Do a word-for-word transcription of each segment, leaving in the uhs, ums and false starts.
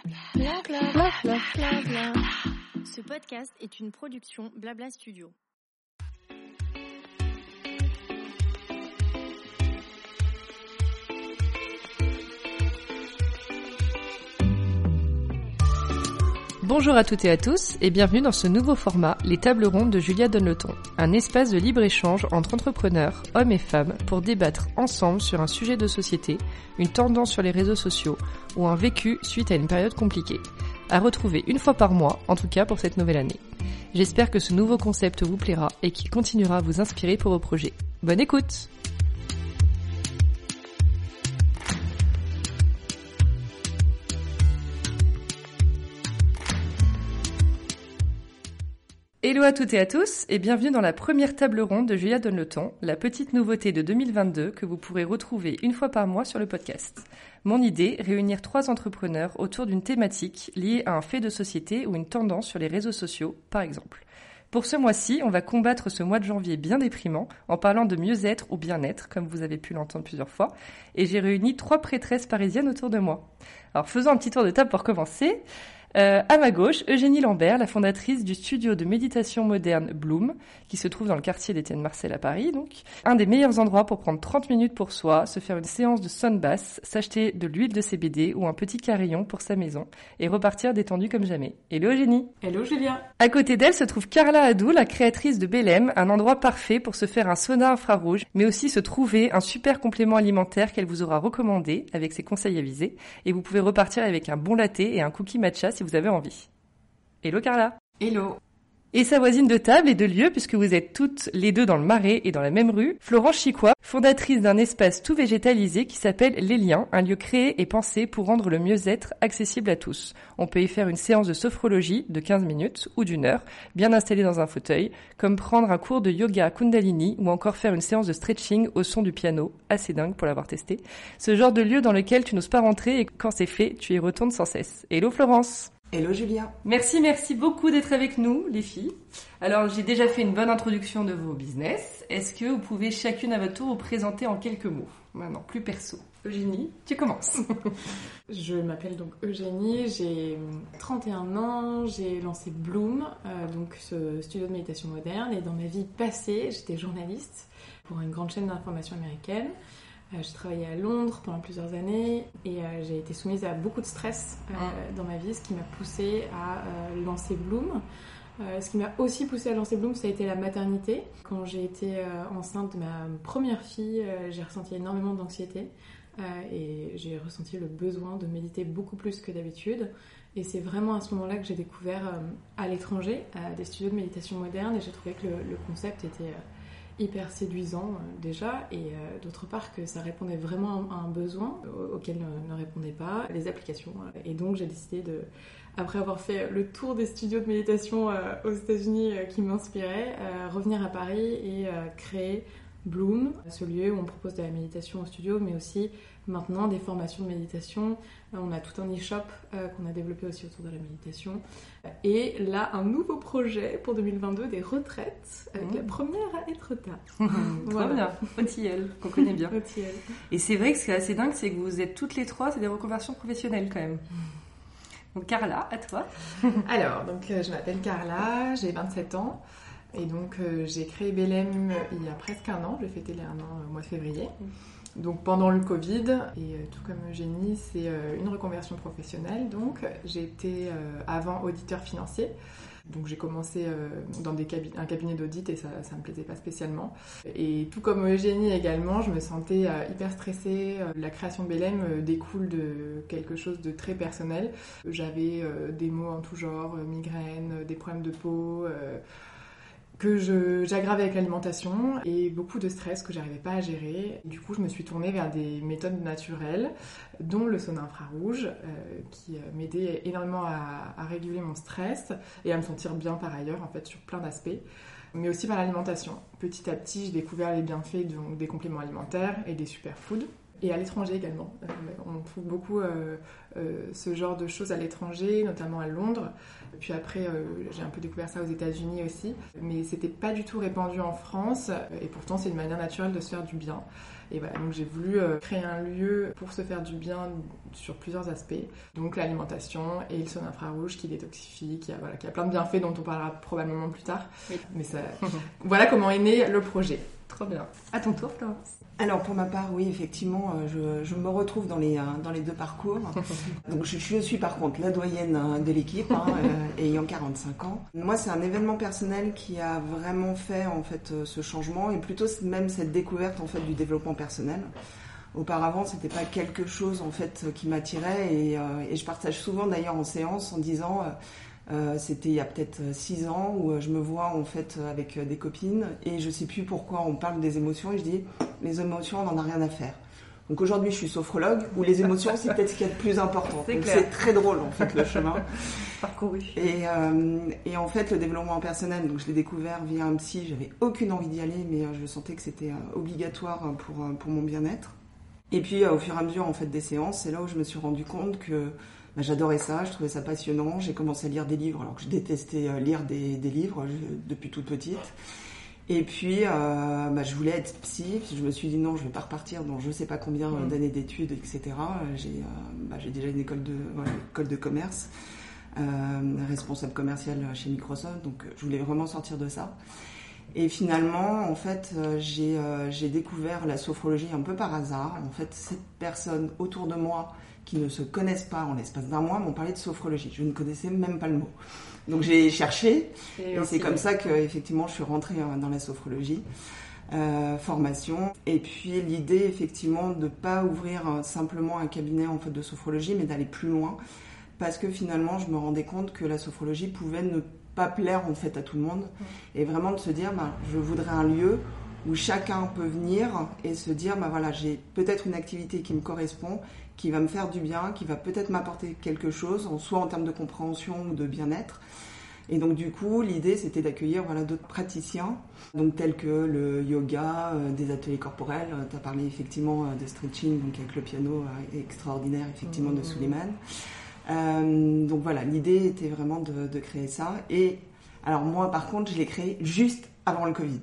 Bla bla bla bla bla bla. Ce podcast est une production Blabla Studio. Bonjour à toutes et à tous et bienvenue dans ce nouveau format, les tables rondes de Julia donne le ton, un espace de libre-échange entre entrepreneurs, hommes et femmes, pour débattre ensemble sur un sujet de société, une tendance sur les réseaux sociaux ou un vécu suite à une période compliquée. À retrouver une fois par mois, en tout cas pour cette nouvelle année. J'espère que ce nouveau concept vous plaira et qu'il continuera à vous inspirer pour vos projets. Bonne écoute! Hello à toutes et à tous et bienvenue dans la première table ronde de Julia donne le ton, la petite nouveauté de deux mille vingt-deux que vous pourrez retrouver une fois par mois sur le podcast. Mon idée, réunir trois entrepreneurs autour d'une thématique liée à un fait de société ou une tendance sur les réseaux sociaux, par exemple. Pour ce mois-ci, on va combattre ce mois de janvier bien déprimant en parlant de mieux-être ou bien-être, comme vous avez pu l'entendre plusieurs fois, et j'ai réuni trois prêtresses parisiennes autour de moi. Alors faisons un petit tour de table pour commencer. Euh, à ma gauche, Eugénie Lambert, la fondatrice du studio de méditation moderne Bloom, qui se trouve dans le quartier d'Étienne Marcel à Paris, donc. Un des meilleurs endroits pour prendre trente minutes pour soi, se faire une séance de sun bath, s'acheter de l'huile de C B D ou un petit carillon pour sa maison et repartir détendu comme jamais. Hello Eugénie. Hello Julia. À côté d'elle se trouve Carla Hadou, la créatrice de Belém, un endroit parfait pour se faire un sauna infrarouge, mais aussi se trouver un super complément alimentaire qu'elle vous aura recommandé avec ses conseils avisés, et vous pouvez repartir avec un bon latte et un cookie matcha si vous avez envie. Hello Carla. Hello. Et sa voisine de table et de lieu, puisque vous êtes toutes les deux dans le Marais et dans la même rue, Florence Chicois, fondatrice d'un espace tout végétalisé qui s'appelle Les Liens, un lieu créé et pensé pour rendre le mieux-être accessible à tous. On peut y faire une séance de sophrologie de quinze minutes ou d'une heure, bien installée dans un fauteuil, comme prendre un cours de yoga Kundalini ou encore faire une séance de stretching au son du piano, assez dingue pour l'avoir testé. Ce genre de lieu dans lequel tu n'oses pas rentrer et quand c'est fait, tu y retournes sans cesse. Hello Florence. Hello Julia. Merci, merci beaucoup d'être avec nous, les filles. Alors, j'ai déjà fait une bonne introduction de vos business. Est-ce que vous pouvez chacune à votre tour vous présenter en quelques mots? Maintenant, plus perso. Eugénie, tu commences. Je m'appelle donc Eugénie, j'ai trente et un ans, j'ai lancé Bloom, euh, donc ce studio de méditation moderne, et dans ma vie passée, j'étais journaliste pour une grande chaîne d'information américaine. Euh, j'ai travaillé à Londres pendant plusieurs années et euh, j'ai été soumise à beaucoup de stress euh, mmh. dans ma vie, ce qui m'a poussée à euh, lancer Bloom. Euh, ce qui m'a aussi poussée à lancer Bloom, ça a été la maternité. Quand j'ai été euh, enceinte de ma première fille, euh, j'ai ressenti énormément d'anxiété euh, et j'ai ressenti le besoin de méditer beaucoup plus que d'habitude. Et c'est vraiment à ce moment-là que j'ai découvert euh, à l'étranger euh, des studios de méditation moderne et j'ai trouvé que le, le concept était... Euh, hyper séduisant euh, déjà et euh, d'autre part que ça répondait vraiment à un besoin auquel ne, ne répondaient pas les applications et donc j'ai décidé de, après avoir fait le tour des studios de méditation euh, aux États-Unis euh, qui m'inspiraient, euh, revenir à Paris et euh, créer Bloom, ce lieu où on propose de la méditation au studio mais aussi maintenant des formations de méditation. On a tout un e-shop euh, qu'on a développé aussi autour de la méditation. Et là, un nouveau projet pour deux mille vingt-deux, des retraites, avec mmh. la première à Etretat. Mmh, voilà. Trop bien, O T L, qu'on connaît bien. O T L. Et c'est vrai que ce qui est assez dingue, c'est que vous êtes toutes les trois, c'est des reconversions professionnelles quand même. Donc Carla, à toi. Alors, donc, euh, je m'appelle Carla, j'ai vingt-sept ans. Et donc, euh, j'ai créé Belém il y a presque un an. Je vais fêter les un an au mois de février. Donc, pendant le Covid, et euh, tout comme Eugénie, c'est euh, une reconversion professionnelle. Donc, j'étais euh, avant auditeur financier. Donc, j'ai commencé euh, dans des cabi- un cabinet d'audit et ça ne me plaisait pas spécialement. Et tout comme Eugénie également, je me sentais euh, hyper stressée. La création de Belém euh, découle de quelque chose de très personnel. J'avais euh, des maux en tout genre, euh, migraines, des problèmes de peau... Euh, que je, j'aggravais avec l'alimentation et beaucoup de stress que j'arrivais pas à gérer. Du coup, je me suis tournée vers des méthodes naturelles, dont le sauna infrarouge, euh, qui m'aidait énormément à, à réguler mon stress et à me sentir bien par ailleurs, en fait, sur plein d'aspects, mais aussi par l'alimentation. Petit à petit, j'ai découvert les bienfaits donc, des compléments alimentaires et des superfoods. Et à l'étranger également. Euh, on trouve beaucoup euh, euh, ce genre de choses à l'étranger, notamment à Londres. Puis après, euh, j'ai un peu découvert ça aux États-Unis aussi. Mais c'était pas du tout répandu en France. Et pourtant, c'est une manière naturelle de se faire du bien. Et voilà, donc j'ai voulu euh, créer un lieu pour se faire du bien sur plusieurs aspects. Donc l'alimentation et le sauna infrarouge qui détoxifie, qui a, voilà, qui a plein de bienfaits dont on parlera probablement plus tard. Oui. Mais ça, voilà comment est né le projet. Trop bien. À ton tour, Florence. Alors pour ma part, oui, effectivement, je, je me retrouve dans les, dans les deux parcours. Donc je, je suis par contre la doyenne de l'équipe, hein, euh, ayant quarante-cinq ans. Moi, c'est un événement personnel qui a vraiment fait en fait ce changement et plutôt même cette découverte en fait du développement personnel. Auparavant, c'était pas quelque chose en fait qui m'attirait et, euh, et je partage souvent d'ailleurs en séance en disant. Euh, Euh, c'était il y a peut-être six ans où je me vois en fait avec des copines et je sais plus pourquoi on parle des émotions et je dis les émotions on n'en a rien à faire. Donc aujourd'hui je suis sophrologue où les émotions c'est peut-être ce qu'il y a de plus important. C'est, Donc, clair. C'est très drôle en fait le chemin. Parcouru. Et, euh, et en fait le développement personnel, donc je l'ai découvert via un psy, j'avais aucune envie d'y aller mais je sentais que c'était obligatoire pour, pour mon bien-être. Et puis au fur et à mesure en fait des séances, c'est là où je me suis rendu compte que bah, j'adorais ça, je trouvais ça passionnant. J'ai commencé à lire des livres, alors que je détestais euh, lire des, des livres je, depuis toute petite. Et puis, euh, bah, je voulais être psy. Puis je me suis dit non, je vais pas repartir dans je sais pas combien mmh. d'années d'études, et cetera. J'ai, euh, bah, j'ai déjà une école de, voilà, école de commerce, euh, responsable commercial chez Microsoft. Donc, je voulais vraiment sortir de ça. Et finalement, en fait, euh, j'ai, euh, j'ai découvert la sophrologie un peu par hasard. En fait, cette personne autour de moi qui ne se connaissent pas en l'espace d'un mois m'ont parlé de sophrologie. Je ne connaissais même pas le mot. Donc j'ai cherché et, et c'est comme ça que effectivement je suis rentrée dans la sophrologie, euh, formation. Et puis l'idée effectivement de pas ouvrir simplement un cabinet en fait de sophrologie, mais d'aller plus loin, parce que finalement je me rendais compte que la sophrologie pouvait ne pas plaire en fait à tout le monde, et vraiment de se dire bah, je voudrais un lieu où chacun peut venir et se dire bah voilà j'ai peut-être une activité qui me correspond, qui va me faire du bien, qui va peut-être m'apporter quelque chose, soit en termes de compréhension ou de bien-être. Et donc du coup, l'idée c'était d'accueillir voilà, d'autres praticiens, donc tels que le yoga, euh, des ateliers corporels. Euh, tu as parlé effectivement euh, de stretching, donc avec le piano euh, extraordinaire effectivement mmh. de Suleiman. Euh, donc voilà, l'idée était vraiment de, de créer ça. Et alors moi par contre, je l'ai créé juste avant le Covid.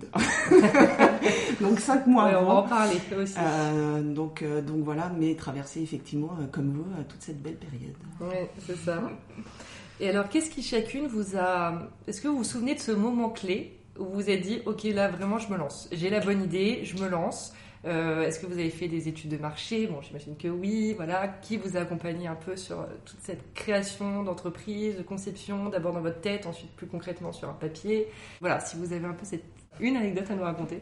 Donc cinq mois ouais, avant. On va en parler aussi. Euh, donc, euh, donc voilà, mais traverser effectivement, euh, comme vous, euh, toute cette belle période. Oui, c'est ça. Et alors, qu'est-ce qui chacune vous a... Est-ce que vous vous souvenez de ce moment clé où vous vous êtes dit, ok, là vraiment je me lance. J'ai la bonne idée, je me lance. Euh, est-ce que vous avez fait des études de marché ? Bon, j'imagine que oui. Voilà, qui vous a accompagné un peu sur toute cette création d'entreprise, de conception, d'abord dans votre tête, ensuite plus concrètement sur un papier. Voilà, si vous avez un peu cette une anecdote à nous raconter.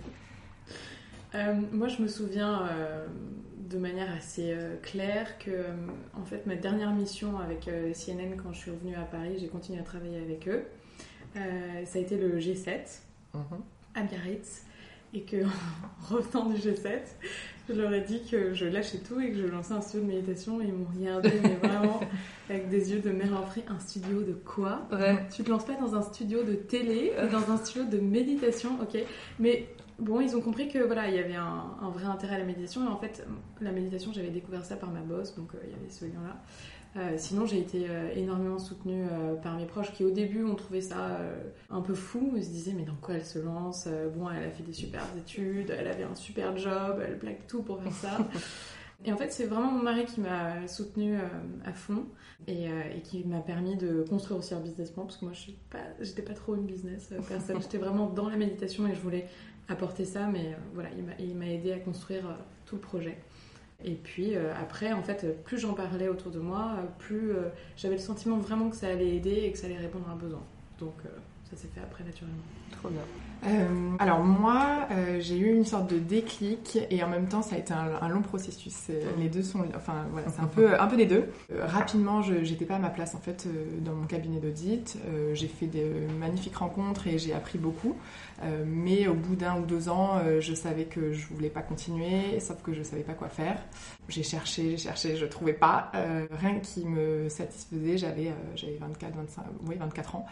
Euh, moi, je me souviens euh, de manière assez euh, claire que, euh, en fait, ma dernière mission avec euh, C N N, quand je suis revenue à Paris, j'ai continué à travailler avec eux. Euh, ça a été le G sept mmh. à Biarritz. Et que, en revenant du G sept, je leur ai dit que je lâchais tout et que je lançais un studio de méditation. Et ils m'ont regardé, mais vraiment, avec des yeux de mère en frais. Un studio de quoi ? Ouais. Tu te lances pas dans un studio de télé, dans un studio de méditation, ok ? Mais bon, ils ont compris que voilà, il y avait un, un vrai intérêt à la méditation. Et en fait, la méditation, j'avais découvert ça par ma boss, donc euh, il y avait ce lien-là. Euh, sinon, j'ai été euh, énormément soutenue euh, par mes proches qui, au début, ont trouvé ça euh, un peu fou. Ils se disaient, mais dans quoi elle se lance ? euh, Bon, elle a fait des super études, elle avait un super job, elle plaque tout pour faire ça. Et en fait, c'est vraiment mon mari qui m'a soutenue euh, à fond et, euh, et qui m'a permis de construire aussi un business plan, parce que moi, je suis pas, j'étais pas trop une business euh, personne. J'étais vraiment dans la méditation et je voulais apporter ça, mais euh, voilà, il m'a, il m'a aidé à construire euh, tout le projet. Et puis euh, après, en fait, plus j'en parlais autour de moi, plus euh, j'avais le sentiment vraiment que ça allait aider et que ça allait répondre à un besoin. Donc euh, ça s'est fait après naturellement. Trop bien. Euh, alors moi, euh, j'ai eu une sorte de déclic et en même temps, ça a été un, un long processus. C'est, les deux sont, enfin voilà, c'est un peu, un peu des deux. Euh, rapidement, je, j'étais pas à ma place en fait euh, dans mon cabinet d'audit. Euh, j'ai fait de magnifiques rencontres et j'ai appris beaucoup. Euh, mais au bout d'un ou deux ans, euh, je savais que je voulais pas continuer, sauf que je savais pas quoi faire. J'ai cherché, j'ai cherché, je trouvais pas euh, rien qui me satisfaisait. J'avais, euh, j'avais vingt-quatre, vingt-cinq, oui, vingt-quatre ans.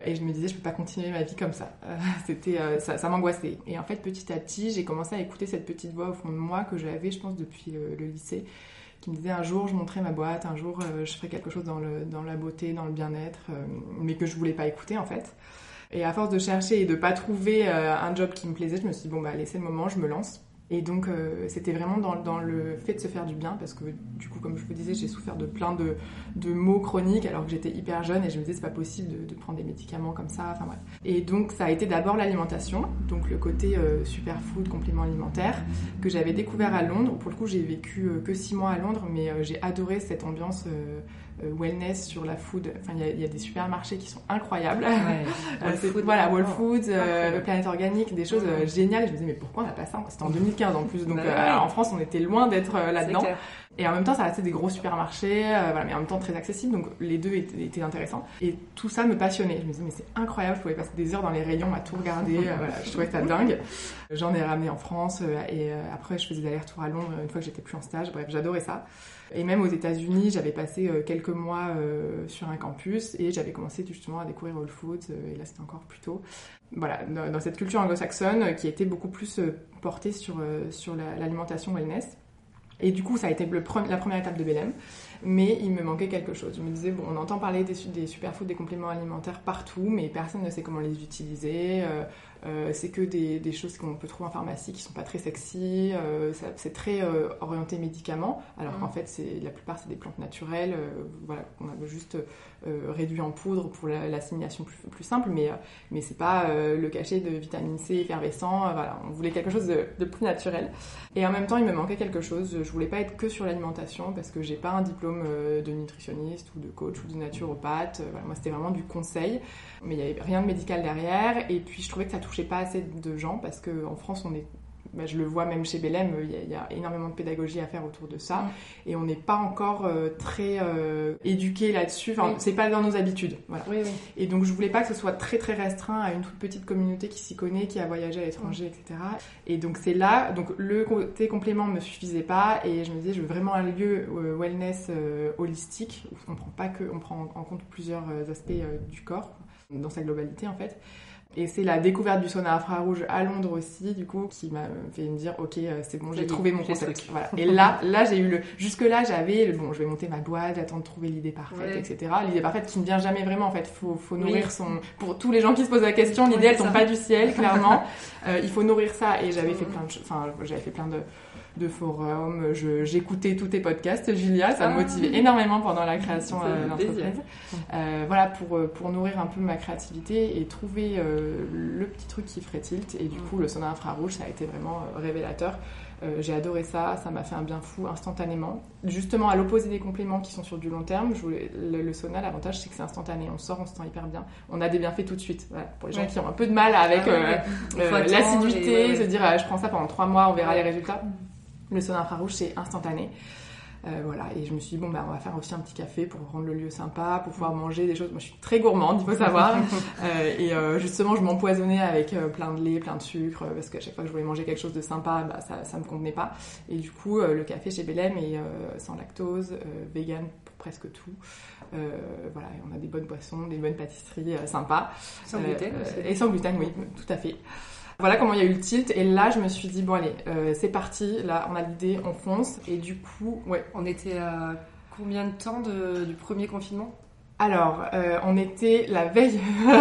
Et je me disais, je peux pas continuer ma vie comme ça. Euh, c'était, euh, ça, ça m'angoissait. Et en fait, petit à petit, j'ai commencé à écouter cette petite voix au fond de moi que j'avais, je pense, depuis le, le lycée, qui me disait un jour, je monterai ma boîte, un jour, euh, je ferai quelque chose dans, le, dans la beauté, dans le bien-être, euh, mais que je voulais pas écouter, en fait. Et à force de chercher et de pas trouver euh, un job qui me plaisait, je me suis dit, bon, bah, allez, c'est le moment, je me lance. Et donc, euh, c'était vraiment dans, dans le fait de se faire du bien, parce que du coup, comme je vous disais, j'ai souffert de plein de, de maux chroniques alors que j'étais hyper jeune et je me disais, c'est pas possible de, de prendre des médicaments comme ça, enfin bref. Et donc, ça a été d'abord l'alimentation, donc le côté euh, superfood, complément alimentaire, que j'avais découvert à Londres. Pour le coup, j'ai vécu euh, que six mois à Londres, mais euh, j'ai adoré cette ambiance euh, euh, wellness sur la food. Enfin, il y, y a des supermarchés qui sont incroyables. Ouais, Whole Foods, voilà, Whole Foods, euh, Planète Organique, des choses euh, géniales. Je me disais, mais pourquoi on n'a pas ça? C'était en deux mille quinze en plus, donc bah, euh, ouais. En France, on était loin d'être euh, là-dedans. Et en même temps, ça restait des gros supermarchés, euh, voilà, mais en même temps très accessibles, donc les deux étaient, étaient intéressants. Et tout ça me passionnait. Je me disais, mais c'est incroyable, je pouvais passer des heures dans les rayons à tout regarder, euh, voilà, je trouvais ça dingue. J'en ai ramené en France, euh, et euh, après, je faisais des allers-retours à Londres une fois que j'étais plus en stage. Bref, j'adorais ça. Et même aux États-Unis, j'avais passé euh, quelques mois euh, sur un campus, et j'avais commencé justement à découvrir Whole Foods, euh, et là, c'était encore plus tôt. Voilà, dans, dans cette culture anglo-saxonne euh, qui était beaucoup plus euh, portée sur, euh, sur la, l'alimentation wellness. Et du coup, ça a été le pre- la première étape de Belém, mais il me manquait quelque chose. Je me disais, bon, on entend parler des, des superfoods, des compléments alimentaires partout, mais personne ne sait comment les utiliser. Euh, euh, c'est que des, des choses qu'on peut trouver en pharmacie qui sont pas très sexy. Euh, ça, c'est très euh, orienté médicaments, alors mmh. qu'en fait, c'est, la plupart, c'est des plantes naturelles, euh, voilà, qu'on a juste euh, réduit en poudre pour la, l'assimilation plus, plus simple, mais, euh, mais c'est pas euh, le cachet de vitamine C effervescent. Euh, voilà, on voulait quelque chose de, de plus naturel. Et en même temps, il me manquait quelque chose. Je voulais pas être que sur l'alimentation parce que j'ai pas un diplôme de nutritionniste ou de coach ou de naturopathe. Voilà, moi, c'était vraiment du conseil, mais il y avait rien de médical derrière. Et puis, je trouvais que ça touchait pas assez de gens parce qu'en France, on est, bah, je le vois même chez Belém, il y, a, il y a énormément de pédagogie à faire autour de ça, mmh. et on n'est pas encore euh, très euh, éduqués là-dessus. Enfin, oui. C'est pas dans nos habitudes. Voilà. Oui, oui. Et donc, je voulais pas que ce soit très très restreint à une toute petite communauté qui s'y connaît, qui a voyagé à l'étranger, mmh. et cetera. Et donc, c'est là. Donc, le côté complément me suffisait pas, et je me disais, je veux vraiment un lieu euh, wellness euh, holistique où on prend pas que, on prend en compte plusieurs aspects euh, du corps dans sa globalité en fait. Et c'est la découverte du sauna infrarouge à Londres aussi, du coup, qui m'a fait me dire, ok, c'est bon, j'ai trouvé mon concept. Voilà. Et là, là, j'ai eu le, jusque là, j'avais le, bon, je vais monter ma boîte, j'attends de trouver l'idée parfaite, ouais. et cetera. L'idée parfaite qui ne vient jamais vraiment, en fait. Faut, faut nourrir oui. son, pour tous les gens qui se posent la question, l'idée, elle tombe pas du ciel, clairement. euh, il faut nourrir ça. Et j'avais fait plein de, enfin, j'avais fait plein de, de forums, je, j'écoutais tous tes podcasts, Julia, ça me motivait énormément pendant la création euh, d'entreprise. Euh, voilà, pour, pour nourrir un peu ma créativité et trouver euh, le petit truc qui ferait tilt. Et du coup, le sauna infrarouge, ça a été vraiment euh, révélateur. Euh, j'ai adoré ça, ça m'a fait un bien fou instantanément. Justement, à l'opposé des compléments qui sont sur du long terme, je voulais, le, le sauna, l'avantage, c'est que c'est instantané. On sort, on se sent hyper bien. On a des bienfaits tout de suite. Voilà. Pour les gens ouais. qui ont un peu de mal avec euh, euh, l'assiduité, ouais, ouais. se dire, euh, je prends ça pendant trois mois, on verra ouais. les résultats. Le sauna infrarouge, c'est instantané. Euh, voilà, et je me suis dit, bon, bah, on va faire aussi un petit café pour rendre le lieu sympa, pour pouvoir manger des choses. Moi, je suis très gourmande, il faut savoir. euh, et euh, justement, je m'empoisonnais avec euh, plein de lait, plein de sucre, parce qu'à chaque fois que je voulais manger quelque chose de sympa, bah, ça, ça me convenait pas. Et du coup, euh, le café chez Belém est euh, sans lactose, euh, vegan pour presque tout. Euh, voilà, et on a des bonnes boissons, des bonnes pâtisseries euh, sympas. Sans gluten euh, aussi. Et sans gluten, oui, tout à fait. Voilà comment il y a eu le tilt, et là je me suis dit bon allez, euh, c'est parti, là on a l'idée, on fonce, et du coup, ouais. On était à combien de temps de, du premier confinement ? Alors, euh, on était la veille.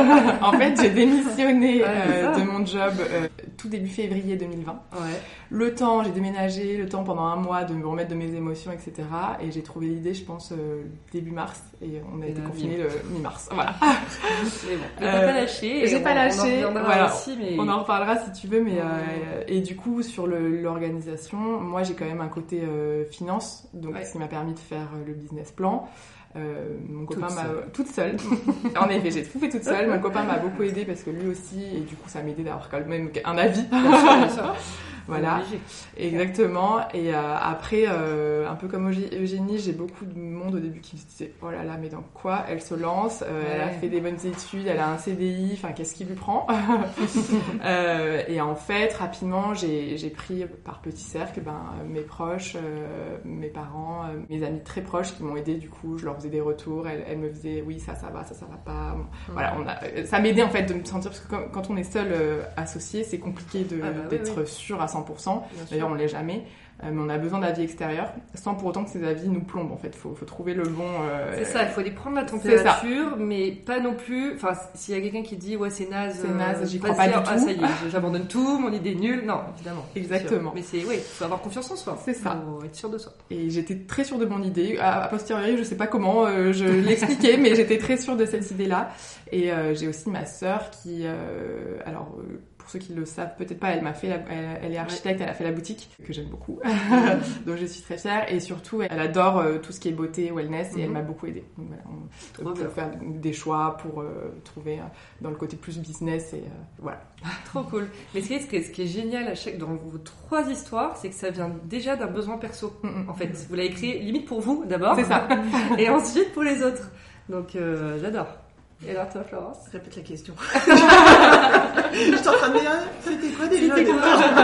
En fait, j'ai démissionné euh, de mon job euh, tout début février deux mille vingt. Ouais. Le temps, j'ai déménagé, le temps pendant un mois de me remettre de mes émotions, et cetera. Et j'ai trouvé l'idée, je pense, euh, début mars. Et on a et été confinés le mi-mars. Voilà. C'est bon. Mais t'as pas lâché. J'ai on, pas lâché. On en voilà. aussi, mais... On en reparlera si tu veux. Mais euh, et du coup, sur le, l'organisation, moi, j'ai quand même un côté euh, finance. Donc, ouais. ce qui m'a permis de faire le business plan. Euh, mon copain toute m'a seule. toute seule. En effet, j'ai tout fait toute seule. Mon copain m'a beaucoup aidé parce que lui aussi, et du coup, ça m'a aidé d'avoir quand même un avis. Bien sûr, bien sûr. Voilà, exactement. Et euh, après, euh, un peu comme Eugénie, j'ai beaucoup de monde au début qui me disait « Oh là là, mais dans quoi elle se lance euh, ouais. Elle a fait des bonnes études, elle a un C D I, enfin, qu'est-ce qui lui prend ?» euh, Et en fait, rapidement, j'ai, j'ai pris par petits cercles ben, mes proches, euh, mes parents, euh, mes amis très proches qui m'ont aidée. Du coup, je leur faisais des retours, elles, elles me faisaient « Oui, ça, ça va, ça, ça va pas. Bon, » mmh. Voilà, on a, ça m'aidait en fait de me sentir, parce que quand, quand on est seul euh, associé, c'est compliqué de, ah bah, d'être oui, oui. sûr à cent pour cent. Bien D'ailleurs, sûr. On l'est jamais. Euh, mais on a besoin d'avis extérieurs, sans pour autant que ces avis nous plombent. En fait, faut, faut trouver le bon. Euh... C'est ça, il faut aller prendre la température, mais pas non plus. Enfin, s'il y a quelqu'un qui dit ouais c'est naze, c'est naze, euh, j'y crois pas dire, du tout. Ah ça y est, j'abandonne tout, mon idée est nulle. Non, évidemment. Exactement. Mais c'est oui, faut avoir confiance en soi. C'est ça. Faut être sûr de soi. Et j'étais très sûre de mon idée. A, a posteriori, je sais pas comment euh, je l'expliquais, mais j'étais très sûre de cette idée-là. Et euh, j'ai aussi ma sœur qui, euh, alors. Euh, Pour ceux qui le savent peut-être pas, elle m'a fait, la, elle, elle est architecte, ouais. Elle a fait la boutique que j'aime beaucoup, donc je suis très fière. Et surtout, elle adore euh, tout ce qui est beauté, wellness, et mm-hmm. elle m'a beaucoup aidée. Donc voilà, on peut faire des choix pour euh, trouver euh, dans le côté plus business et euh, voilà. Trop cool. Mais ce qui est, ce qui est génial à chaque dans vos trois histoires, c'est que ça vient déjà d'un besoin perso. Mm-hmm. En fait, vous l'avez créé limite pour vous d'abord, c'est ça, et ensuite pour les autres. Donc euh, j'adore. Et alors toi, Florence ? Répète la question. Je suis en train de me dire, c'était quoi déjà ? C'était quoi ?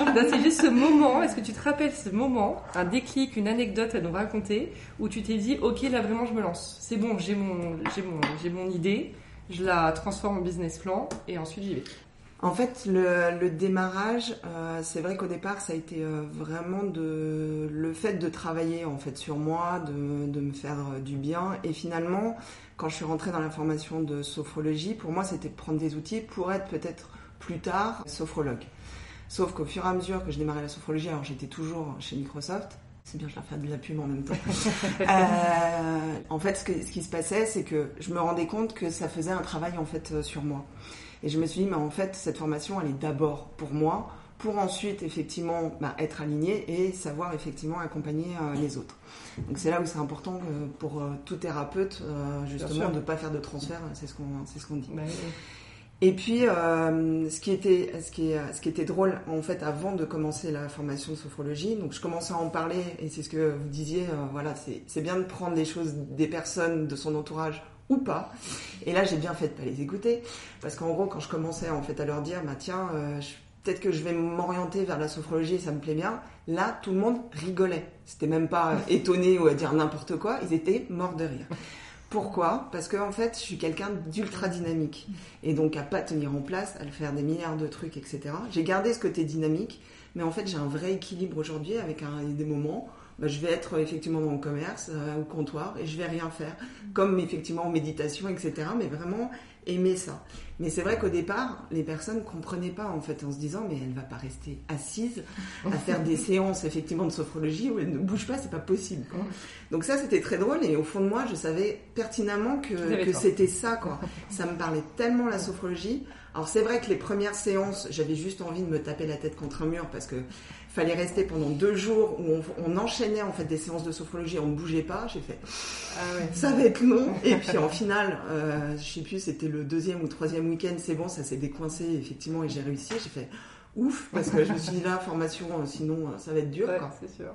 Non, c'est juste ce moment, est-ce que tu te rappelles ce moment, un déclic, une anecdote à nous raconter, où tu t'es dit, ok, là vraiment je me lance. C'est bon, j'ai mon, j'ai mon, j'ai mon idée, je la transforme en business plan, et ensuite j'y vais. En fait, le, le démarrage, euh, c'est vrai qu'au départ, ça a été euh, vraiment de, le fait de travailler en fait sur moi, de, de me faire euh, du bien. Et finalement, quand je suis rentrée dans la formation de sophrologie, pour moi, c'était de prendre des outils pour être peut-être plus tard sophrologue. Sauf qu'au fur et à mesure que je démarrais la sophrologie, alors j'étais toujours chez Microsoft. C'est bien, je leur fais de la pub en même temps. euh, en fait, ce, que, ce qui se passait, c'est que je me rendais compte que ça faisait un travail en fait sur moi. Et je me suis dit, mais en fait, cette formation, elle est d'abord pour moi, pour ensuite, effectivement, bah, être alignée et savoir, effectivement, accompagner euh, les autres. Donc, c'est là où c'est important euh, pour euh, tout thérapeute, euh, justement, de ne pas faire de transfert, c'est ce qu'on, c'est ce qu'on dit. Bah, oui. Et puis, euh, ce, qui était, ce, qui est, ce qui était drôle, en fait, avant de commencer la formation de sophrologie, donc je commençais à en parler, et c'est ce que vous disiez, euh, voilà, c'est, c'est bien de prendre les choses des personnes de son entourage, ou pas. Et là, j'ai bien fait de pas les écouter, parce qu'en gros, quand je commençais en fait à leur dire, bah tiens, euh, je, peut-être que je vais m'orienter vers la sophrologie et ça me plaît bien, là, tout le monde rigolait. C'était même pas étonné ou à dire n'importe quoi, ils étaient morts de rire. Pourquoi ? Parce que en fait, je suis quelqu'un d'ultra dynamique et donc à pas tenir en place, à le faire des milliards de trucs, et cetera. J'ai gardé ce côté dynamique, mais en fait, j'ai un vrai équilibre aujourd'hui avec un, des moments. Bah, je vais être effectivement dans le commerce, euh, au comptoir, et je vais rien faire, comme effectivement en méditation, et cetera. Mais vraiment aimer ça. Mais c'est vrai qu'au départ, les personnes comprenaient pas en fait, en se disant mais elle va pas rester assise à faire des séances effectivement de sophrologie où elle ne bouge pas, c'est pas possible. Quoi. Donc ça c'était très drôle et au fond de moi je savais pertinemment que, que c'était ça quoi. Ça me parlait tellement la sophrologie. Alors c'est vrai que les premières séances, j'avais juste envie de me taper la tête contre un mur parce que fallait rester pendant deux jours où on, on enchaînait en fait des séances de sophrologie, on ne bougeait pas. J'ai fait, ah ouais. Ça va être long. Et puis en finale, euh, je sais plus, c'était le deuxième ou troisième week-end, c'est bon, ça s'est décoincé effectivement et j'ai réussi. J'ai fait ouf parce que je me suis dit là, formation, sinon ça va être dur. Ouais, quoi. C'est sûr.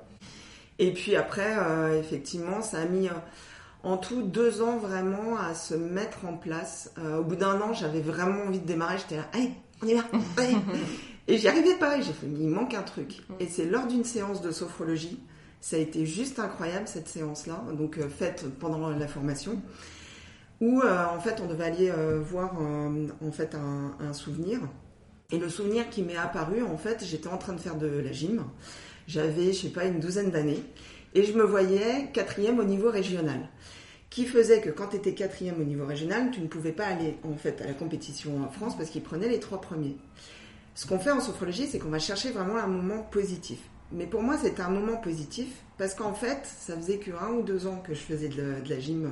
Et puis après, euh, effectivement, ça a mis euh, en tout deux ans vraiment à se mettre en place. Euh, au bout d'un an, j'avais vraiment envie de démarrer. J'étais là, allez, on y va. Allez. Et j'y arrivais pas, et j'ai fait, il manque un truc. Et c'est lors d'une séance de sophrologie, ça a été juste incroyable cette séance-là, donc euh, faite pendant la formation, où euh, en fait on devait aller euh, voir euh, en fait un, un souvenir. Et le souvenir qui m'est apparu, en fait, j'étais en train de faire de la gym, j'avais, je sais pas, une douzaine d'années, et je me voyais quatrième au niveau régional. Qui faisait que quand tu étais quatrième au niveau régional, tu ne pouvais pas aller en fait à la compétition en France parce qu'ils prenaient les trois premiers. Ce qu'on fait en sophrologie, c'est qu'on va chercher vraiment un moment positif. Mais pour moi, c'était un moment positif parce qu'en fait, ça faisait que un ou deux ans que je faisais de la, de la gym.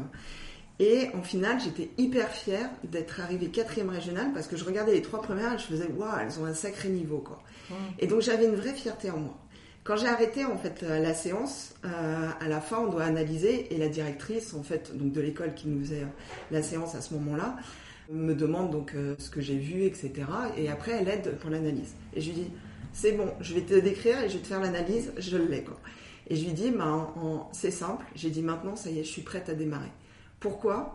Et en finale, j'étais hyper fière d'être arrivée quatrième régionale parce que je regardais les trois premières et je faisais « Waouh, elles ont un sacré niveau. » quoi. Mmh. Et donc, j'avais une vraie fierté en moi. Quand j'ai arrêté en fait la séance, euh, à la fin, on doit analyser et la directrice en fait donc de l'école qui nous faisait la séance à ce moment-là me demande donc euh, ce que j'ai vu, et cetera. Et après, elle aide pour l'analyse. Et je lui dis, c'est bon, je vais te décrire et je vais te faire l'analyse, je l'ai quoi. Et je lui dis, bah, en, en, c'est simple, j'ai dit maintenant, ça y est, je suis prête à démarrer. Pourquoi ?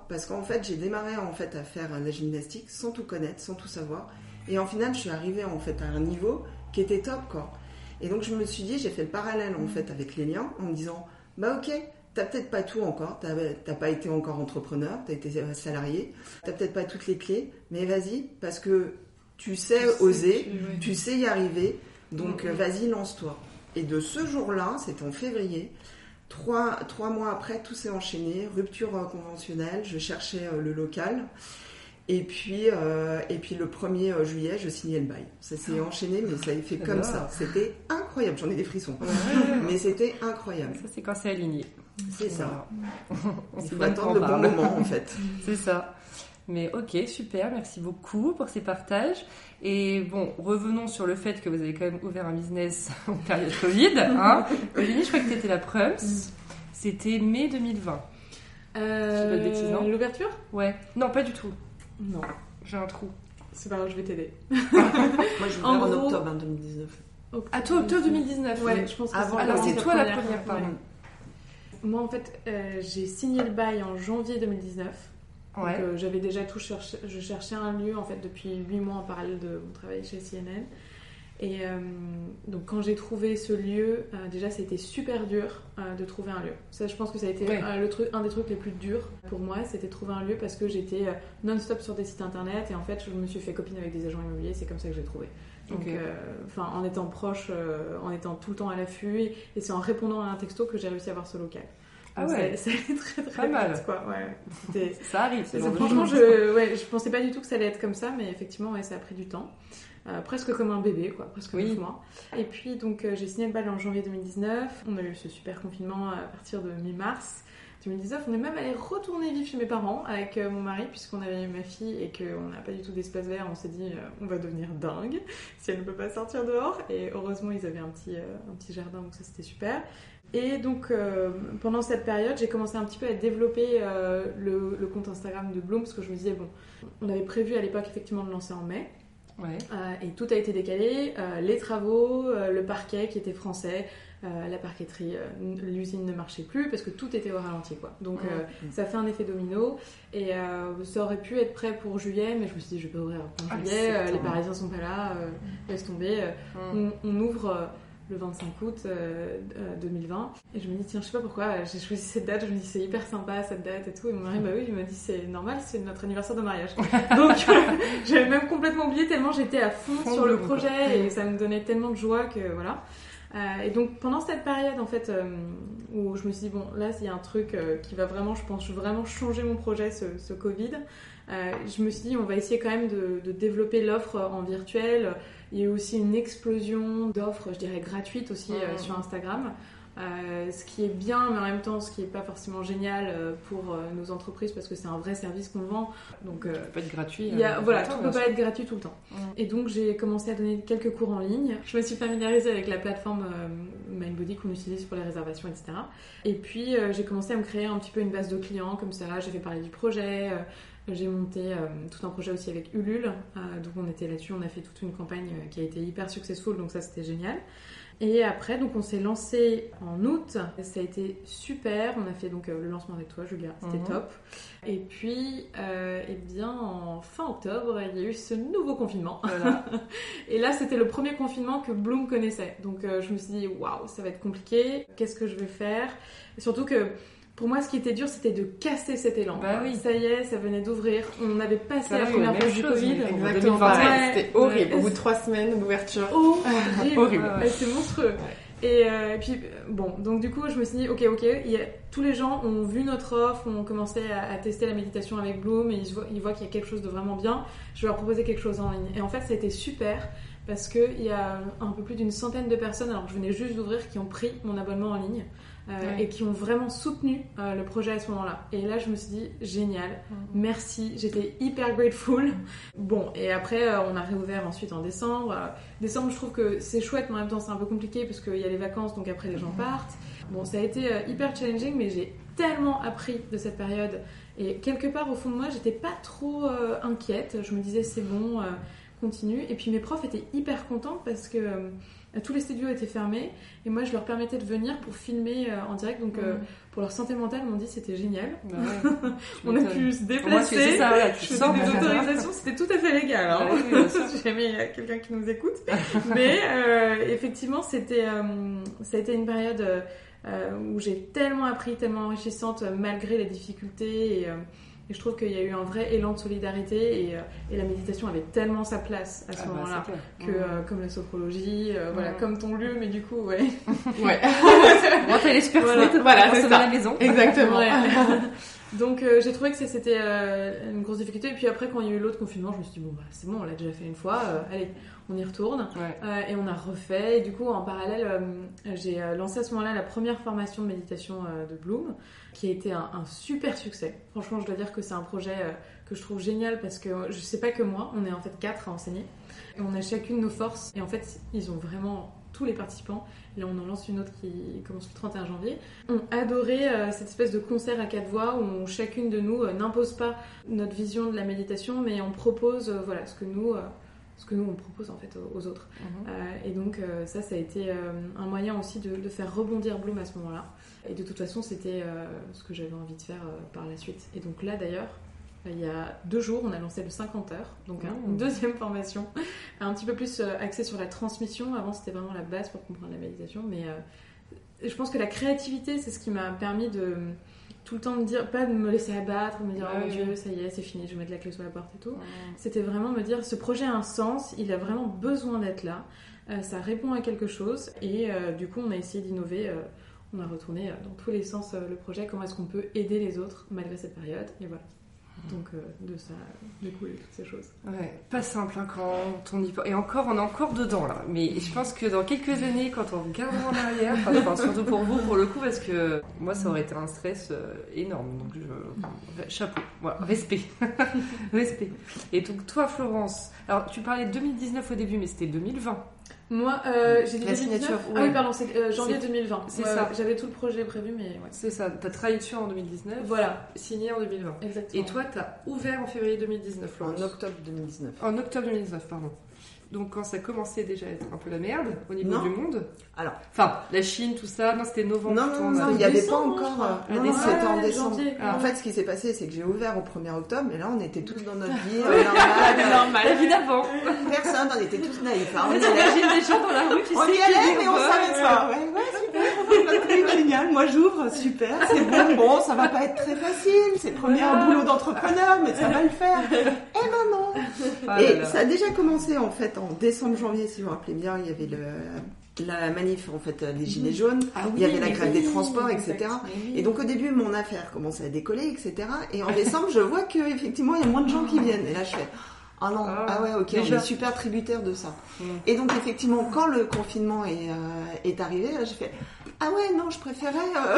Parce qu'en fait, j'ai démarré en fait, à faire la gymnastique sans tout connaître, sans tout savoir. Et en final, je suis arrivée en fait, à un niveau qui était top, quoi. Et donc, je me suis dit, j'ai fait le parallèle en fait, avec les liens en me disant, bah ok, t'as peut-être pas tout encore, t'as, t'as pas été encore entrepreneur, t'as été salarié, t'as peut-être pas toutes les clés, mais vas-y, parce que tu sais tu oser, sais, tu, ouais. tu sais y arriver, donc mm-hmm. vas-y, lance-toi. Et de ce jour-là, c'était en février, trois, trois mois après, tout s'est enchaîné, rupture euh, conventionnelle, je cherchais euh, le local, et puis, euh, et puis le premier juillet, je signais le bail. Ça s'est oh. enchaîné, mais ça a fait comme Alors. ça. C'était incroyable, j'en ai des frissons, ouais. mais c'était incroyable. Ça, c'est quand c'est aligné. C'est ça. Il faut attendre le bon moment, en fait. C'est ça. Mais ok, super, merci beaucoup pour ces partages. Et bon, revenons sur le fait que vous avez quand même ouvert un business en période Covid. Hein. Eugénie, je crois que tu étais la prums. C'était mai deux mille vingt. Euh, je pas de bêtises, non ? L'ouverture ? Ouais. Non, pas du tout. Non. J'ai un trou. C'est pas grave, je vais t'aider. Moi, j'ai ouvert en, en gros... octobre hein, deux mille dix-neuf. Octobre. Ah, toi, octobre deux mille dix-neuf. Ouais, je pense que Avant, c'est... Alors, c'est toi la première, première pardon. Ouais. Moi, en fait, euh, j'ai signé le bail en janvier deux mille dix-neuf. Ouais. Donc, euh, j'avais déjà tout cherché. Je cherchais un lieu, en fait, depuis huit mois en parallèle de mon travail chez C N N. Et euh, donc, quand j'ai trouvé ce lieu, euh, déjà, ça a été super dur euh, de trouver un lieu. Ça, je pense que ça a été ouais. euh, le truc, un des trucs les plus durs pour moi, c'était de trouver un lieu parce que j'étais euh, non-stop sur des sites internet et en fait, je me suis fait copine avec des agents immobiliers. C'est comme ça que j'ai trouvé. Donc, okay. euh, en étant proche, euh, en étant tout le temps à l'affût et, et c'est en répondant à un texto que j'ai réussi à avoir ce local. Ah ouais, ça, ça allait très très pas mal. vite, quoi. Ouais. C'était... Ça arrive. C'est franchement, je, ouais, je pensais pas du tout que ça allait être comme ça, mais effectivement, ouais, ça a pris du temps. Euh, presque comme un bébé, quoi, presque neuf oui. mois. Et puis, donc, euh, j'ai signé le bail en janvier deux mille dix-neuf. On a eu ce super confinement à partir de mi-mars deux mille dix-neuf. On est même allé retourner vivre chez mes parents avec euh, mon mari, puisqu'on avait eu ma fille et qu'on n'a pas du tout d'espace vert. On s'est dit, euh, on va devenir dingue si elle ne peut pas sortir dehors. Et heureusement, ils avaient un petit, euh, un petit jardin, donc ça, c'était super. Et donc, euh, pendant cette période, j'ai commencé un petit peu à développer euh, le, le compte Instagram de Bloom, parce que je me disais, bon, on avait prévu à l'époque, effectivement, de lancer en mai. Ouais. Euh, et tout a été décalé, euh, les travaux, euh, le parquet qui était français, euh, la parqueterie, euh, l'usine ne marchait plus parce que tout était au ralenti, quoi. Donc euh, mmh. ça fait un effet domino et euh, ça aurait pu être prêt pour juillet, mais je me suis dit je vais pas ouvrir en ah, juillet, euh, les Parisiens sont pas là, euh, laisse tomber, euh, mmh. on, on ouvre euh, le vingt-cinq août euh, deux mille vingt et je me dis tiens je sais pas pourquoi j'ai choisi cette date, je me dis c'est hyper sympa cette date et tout et mon mari bah oui il m'a dit c'est normal c'est notre anniversaire de mariage donc euh, j'avais même complètement oublié tellement j'étais à fond sur le projet et ça me donnait tellement de joie que voilà euh, et donc pendant cette période en fait euh, où je me suis dit bon là il y a un truc euh, qui va vraiment je pense vraiment changer mon projet ce, ce Covid euh, je me suis dit on va essayer quand même de, de développer l'offre en virtuel. Il y a eu aussi une explosion d'offres, je dirais gratuites aussi mmh. euh, sur Instagram. Euh, ce qui est bien, mais en même temps, ce qui n'est pas forcément génial euh, pour euh, nos entreprises parce que c'est un vrai service qu'on vend. Donc, euh, ça peut être gratuit. Il y a, euh, voilà, tout ne peut pas être gratuit tout le temps. Mmh. Et donc, j'ai commencé à donner quelques cours en ligne. Je me suis familiarisée avec la plateforme euh, Mindbody qu'on utilise pour les réservations, et cetera. Et puis, euh, j'ai commencé à me créer un petit peu une base de clients comme ça. J'ai fait parler du projet. Euh, J'ai monté euh, tout un projet aussi avec Ulule, euh, donc on était là-dessus, on a fait toute une campagne euh, qui a été hyper successful, donc ça c'était génial. Et après, donc on s'est lancé en août, ça a été super, on a fait donc euh, le lancement avec toi Julia, c'était mmh. top. Et puis, euh, eh bien en fin octobre, il y a eu ce nouveau confinement. Voilà. Et là c'était le premier confinement que Bloom connaissait, donc euh, je me suis dit waouh, ça va être compliqué, qu'est-ce que je vais faire ? Et surtout que pour moi, ce qui était dur, c'était de casser cet élan. Bah oui. Ça y est, ça venait d'ouvrir. On avait passé la première phase du Covid. Exactement. Ouais. C'était horrible. Au bout de trois semaines d'ouverture. Horrible. horrible. Ouais, c'est monstrueux. Ouais. Et, euh, et puis, bon, donc du coup, je me suis dit, ok, ok, il y a, tous les gens ont vu notre offre, ont commencé à, à tester la méditation avec Bloom et ils voient, ils voient qu'il y a quelque chose de vraiment bien. Je vais leur proposer quelque chose en ligne. Et en fait, ça a été super parce qu'il y a un peu plus d'une centaine de personnes, alors que je venais juste d'ouvrir, qui ont pris mon abonnement en ligne. Euh, ouais. Et qui ont vraiment soutenu euh, le projet à ce moment-là. Et là, je me suis dit, génial, mmh. merci, j'étais hyper grateful. Bon, et après, euh, on a réouvert ensuite en décembre. Euh, décembre, je trouve que c'est chouette, mais en même temps, c'est un peu compliqué parce qu'il y a les vacances, donc après, les gens partent. Bon, ça a été euh, hyper challenging, mais j'ai tellement appris de cette période. Et quelque part, au fond de moi, j'étais pas trop euh, inquiète. Je me disais, c'est bon... Euh, continu. Et puis mes profs étaient hyper contents parce que euh, tous les studios étaient fermés et moi je leur permettais de venir pour filmer euh, en direct. Donc euh, pour leur santé mentale, ils m'ont dit c'était génial. Bah ouais. On a pu se déplacer. C'est ça, voilà, tu je faisais sens des bah, autorisations, c'était tout à fait légal. Hein. Ouais, oui, si jamais il y a quelqu'un qui nous écoute. Mais euh, effectivement, c'était, euh, ça a été une période euh, où j'ai tellement appris, tellement enrichissante malgré les difficultés. Et, euh, et je trouve qu'il y a eu un vrai élan de solidarité et, euh, et la méditation avait tellement sa place à ce ah moment-là bah, que euh, comme la sophrologie, euh, voilà, ouais. comme ton lieu, mais du coup, ouais. Ouais. On va les super Voilà, voilà, voilà, c'est c'est ça. ça. La maison. Exactement. Ouais. Donc euh, j'ai trouvé que c'était euh, une grosse difficulté. Et puis après, quand il y a eu l'autre confinement, je me suis dit, bon, bah, c'est bon, on l'a déjà fait une fois, euh, allez, on y retourne. Ouais. Euh, et on a refait. Et du coup, en parallèle, euh, j'ai lancé à ce moment-là la première formation de méditation euh, de Bloom, qui a été un, un super succès. Franchement, je dois dire que c'est un projet euh, que je trouve génial parce que je sais pas que moi, on est en fait quatre à enseigner. Et on a chacune nos forces. Et en fait, ils ont vraiment, tous les participants, là on en lance une autre qui commence le trente et un janvier, ont adoré euh, cette espèce de concert à quatre voix où on, chacune de nous euh, n'impose pas notre vision de la méditation, mais on propose euh, voilà, ce que nous... Euh, ce que nous on propose en fait aux autres. Mmh. Euh, et donc euh, ça, ça a été euh, un moyen aussi de, de faire rebondir Bloom à ce moment-là. Et de toute façon, c'était euh, ce que j'avais envie de faire euh, par la suite. Et donc là d'ailleurs, il y a deux jours, on a lancé le cinquante heures, donc mmh. une deuxième formation, un petit peu plus euh, axée sur la transmission. Avant, c'était vraiment la base pour comprendre la méditation, mais euh, je pense que la créativité, c'est ce qui m'a permis de tout le temps me dire, pas de me laisser abattre, de me dire, ouais, oh mon Dieu, ça y est, c'est fini, je vais mettre la clé sur la porte et tout. Ouais. C'était vraiment me dire, ce projet a un sens, il a vraiment besoin d'être là, euh, ça répond à quelque chose, et euh, du coup, on a essayé d'innover, euh, on a retourné euh, dans tous les sens euh, le projet, comment est-ce qu'on peut aider les autres malgré cette période, et voilà. Donc euh, de ça découle toutes ces choses. Ouais, pas simple hein, quand on y pense. Et encore, on est encore dedans là. Mais je pense que dans quelques années, quand on regardera en arrière, enfin, surtout pour vous, pour le coup, parce que moi, ça aurait été un stress euh, énorme. Donc je... chapeau, voilà, respect, respect. Et donc toi, Florence, alors tu parlais de deux mille dix-neuf au début, mais c'était deux mille vingt. Moi, euh, j'ai dit la deux mille dix-neuf. signature. Ah ouais. oui, pardon, c'est euh, janvier deux mille vingt. C'est ouais, ça. Ouais, j'avais tout le projet prévu, mais ouais. C'est ça. T'as travaillé dessus en deux mille dix-neuf. Voilà. Signé en deux mille vingt. Exactement. Et toi, t'as ouvert en février deux mille dix-neuf, Florence. En octobre deux mille dix-neuf. En octobre deux mille dix-neuf, pardon. Donc quand ça commençait déjà à être un peu la merde au niveau non. du monde. Alors, enfin, la Chine, tout ça. Non, c'était novembre. Non, non, non, il n'y avait pas encore. Ah, Non, non, c'était en décembre. Ah. En fait, ce qui s'est passé, c'est que j'ai ouvert au premier octobre, et là, on était tous dans notre vie ouais, normale. normal. Évidemment. Personne, on était tous naïfs. Hein. On imagine des gens dans la rue qui on y allait, mais on savait pas. Ouais, ouais, super. C'est génial. Moi, j'ouvre, super. C'est bon, bon, ça va pas être très facile. C'est le premier boulot d'entrepreneur, mais ça va le faire. Et maintenant. Ah, et là, là. ça a déjà commencé en fait en décembre, janvier, si vous vous rappelez bien, il y avait le, la manif en fait des gilets jaunes, ah oui, il y avait la grève oui, des transports, et cetera. Et donc au début, mon affaire commençait à décoller, et cetera. Et en décembre, je vois que effectivement, il y a moins de gens qui viennent. Et là, je fais ah non, ah, ah ouais, ok, déjà. On est super tributaire de ça. Mm. Et donc effectivement, quand le confinement est, euh, est arrivé, là, j'ai fait ah ouais, non, je préférais euh...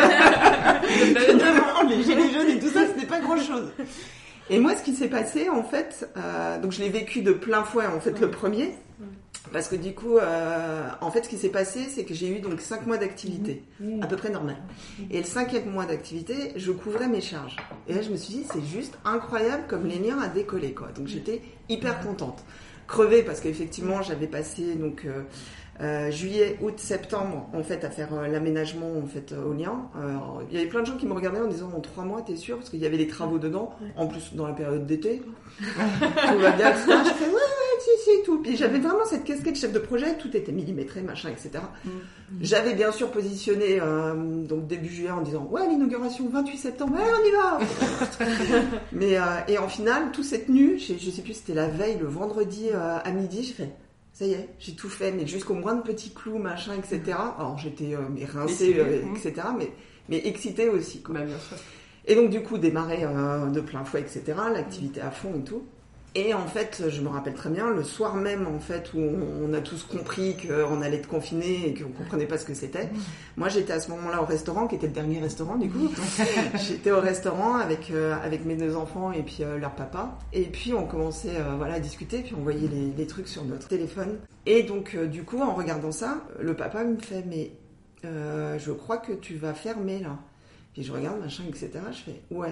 les gilets jaunes et tout ça, c'était pas grand chose. Et moi, ce qui s'est passé, en fait, euh, donc je l'ai vécu de plein fouet, en fait, le premier, parce que du coup, euh, en fait, ce qui s'est passé, c'est que j'ai eu donc cinq mois d'activité, à peu près normal. Et le cinquième mois d'activité, je couvrais mes charges. Et là, je me suis dit, c'est juste incroyable comme les miens a décollé, quoi. Donc j'étais hyper contente. Crevée, parce qu'effectivement, j'avais passé donc euh, euh, juillet, août, septembre, en fait, à faire euh, l'aménagement en fait euh, au lien. Euh, il y avait plein de gens qui me regardaient en disant en trois mois, t'es sûr? Parce qu'il y avait les travaux dedans. En plus, dans la période d'été, tout va bien, et cetera. Je fais ouais, ouais, si, si, tout. Puis j'avais vraiment cette casquette chef de projet, tout était millimétré, machin, et cetera. Mm. J'avais bien sûr positionné euh, donc début juillet en disant ouais, l'inauguration vingt-huit septembre, ouais, on y va. Mais euh, et en final, tout s'est tenu. Je, je sais plus, c'était la veille, le vendredi euh, à midi, j'ai fait. Ça y est, j'ai tout fait, mais jusqu'au moindre petit clou, machin, et cetera. Alors j'étais euh, mais rincée, euh, et cetera. Mais, mais excitée aussi, quoi. Bah, bien sûr. Et donc du coup, démarrer euh, de plein fouet, et cetera. L'activité à fond et tout. Et en fait, je me rappelle très bien, le soir même, en fait, où on, on a tous compris qu'on allait être confinés et qu'on comprenait pas ce que c'était. Moi, j'étais à ce moment-là au restaurant, qui était le dernier restaurant, du coup. J'étais au restaurant avec euh, avec mes deux enfants et puis euh, leur papa. Et puis, on commençait euh, voilà, à discuter, puis on voyait les, les trucs sur notre téléphone. Et donc, euh, du coup, en regardant ça, le papa me fait, mais euh, je crois que tu vas fermer, là. Puis je regarde, machin, et cetera. Je fais, ouais.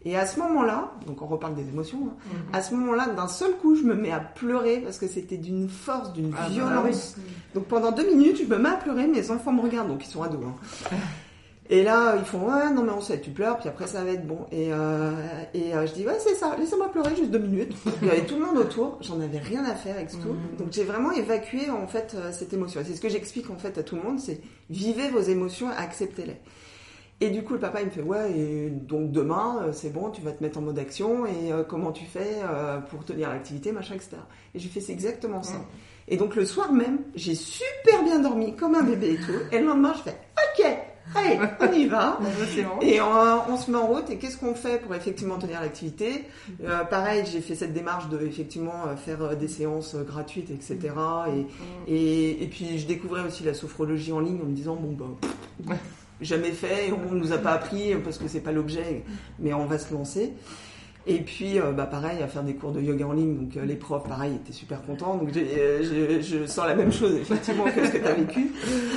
Et à ce moment-là, donc on reparle des émotions, hein, mmh. à ce moment-là, d'un seul coup, je me mets à pleurer parce que c'était d'une force, d'une ah, violence. Bah, oui. Donc pendant deux minutes, je me mets à pleurer, mes enfants me regardent, donc ils sont ados. Hein. Et là, ils font « Ouais, non mais on sait, tu pleures, puis après ça va être bon. » Et, euh, et euh, je dis « Ouais, c'est ça, laissez-moi pleurer juste deux minutes. » Il y avait tout le monde autour, j'en avais rien à faire avec tout. Mmh. Donc j'ai vraiment évacué en fait cette émotion. Et c'est ce que j'explique en fait à tout le monde, c'est « Vivez vos émotions, acceptez-les. » Et du coup, le papa, il me fait « Ouais, et donc demain, c'est bon, tu vas te mettre en mode action, et euh, comment tu fais euh, pour tenir l'activité, machin, et cetera. » Et j'ai fait « C'est exactement ça. Mmh. » Et donc le soir même, j'ai super bien dormi, comme un bébé et tout. Et le lendemain, je fais « Ok, allez, on y va. » Et on, on se met en route. Et qu'est-ce qu'on fait pour effectivement tenir l'activité ? euh, Pareil, j'ai fait cette démarche de effectivement faire des séances gratuites, et cetera. Et, et, et puis, je découvrais aussi la sophrologie en ligne en me disant « Bon, bah... » jamais fait, on nous a pas appris parce que c'est pas l'objet, mais on va se lancer. Et puis, euh, bah pareil, à faire des cours de yoga en ligne, donc euh, les profs, pareil, étaient super contents. Donc j'ai, euh, je, je sens la même chose effectivement que ce que tu as vécu.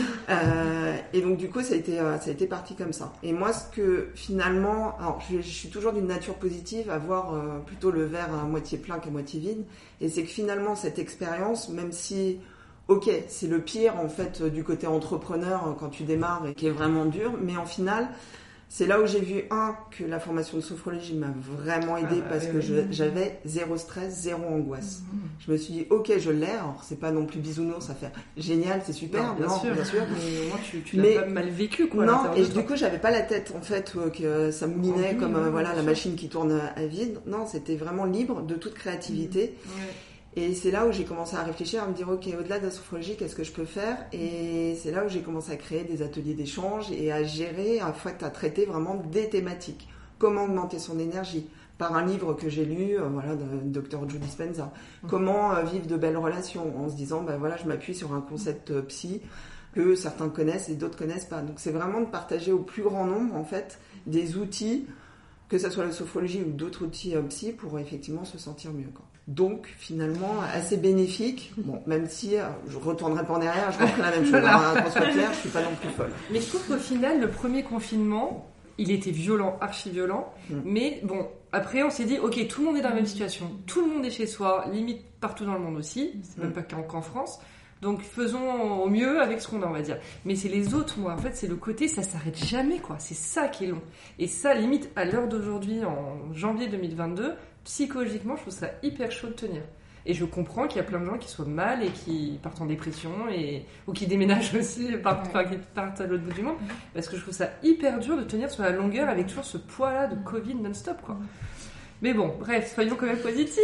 Euh, et donc du coup, ça a été, euh, ça a été parti comme ça. Et moi, ce que finalement, alors je, je suis toujours d'une nature positive, à voir euh, plutôt le verre à moitié plein qu'à moitié vide. Et c'est que finalement, cette expérience, même si ok, c'est le pire en fait du côté entrepreneur quand tu démarres et qui est vraiment dur, mais en final, c'est là où j'ai vu un que la formation de sophrologie m'a vraiment aidée ah, parce euh, que je, j'avais zéro stress, zéro angoisse. Mmh. Je me suis dit ok, je l'ai. Alors c'est pas non plus bisounours à faire génial, c'est super, non, bien, non, sûr, bien sûr. Mais au moins tu, tu mais, l'as pas mal vécu quoi. Non, et du coup j'avais pas la tête en fait que ça me minait oui, comme oui, euh, voilà la machine qui tourne à vide. Non, c'était vraiment libre de toute créativité. Mmh. Ouais. Et c'est là où j'ai commencé à réfléchir, à me dire, ok, au-delà de la sophrologie, qu'est-ce que je peux faire ? Et c'est là où j'ai commencé à créer des ateliers d'échange et à gérer, en fait, à traiter vraiment des thématiques. Comment augmenter son énergie ? Par un livre que j'ai lu, euh, voilà, de docteur Joe Dispenza. Mmh. Comment euh, vivre de belles relations ? En se disant, ben voilà, je m'appuie sur un concept euh, psy que certains connaissent et d'autres connaissent pas. Donc c'est vraiment de partager au plus grand nombre, en fait, des outils, que ce soit la sophrologie ou d'autres outils euh, psy, pour effectivement se sentir mieux, quoi. Donc, finalement, assez bénéfique. Bon, même si euh, je retournerai pas en arrière, je referai la même chose. Voilà. Hein, qu'on soit clair, je suis pas non plus folle. Mais je trouve qu'au final, le premier confinement, il était violent, archi violent. Mm. Mais bon, après, on s'est dit, ok, tout le monde est dans la même situation. Tout le monde est chez soi, limite partout dans le monde aussi. C'est mm. même pas qu'en, qu'en France. Donc, faisons au mieux avec ce qu'on a, on va dire. Mais c'est les autres, moi. En fait, c'est le côté, ça s'arrête jamais, quoi. C'est ça qui est long. Et ça, limite, à l'heure d'aujourd'hui, en janvier deux mille vingt-deux, psychologiquement, je trouve ça hyper chaud de tenir. Et je comprends qu'il y a plein de gens qui soient mal et qui partent en dépression et, ou qui déménagent aussi, partent, ouais. qui partent à l'autre bout du monde. Parce que je trouve ça hyper dur de tenir sur la longueur avec toujours ce poids-là de Covid non-stop, quoi. Mais bon, bref, soyons quand même positifs.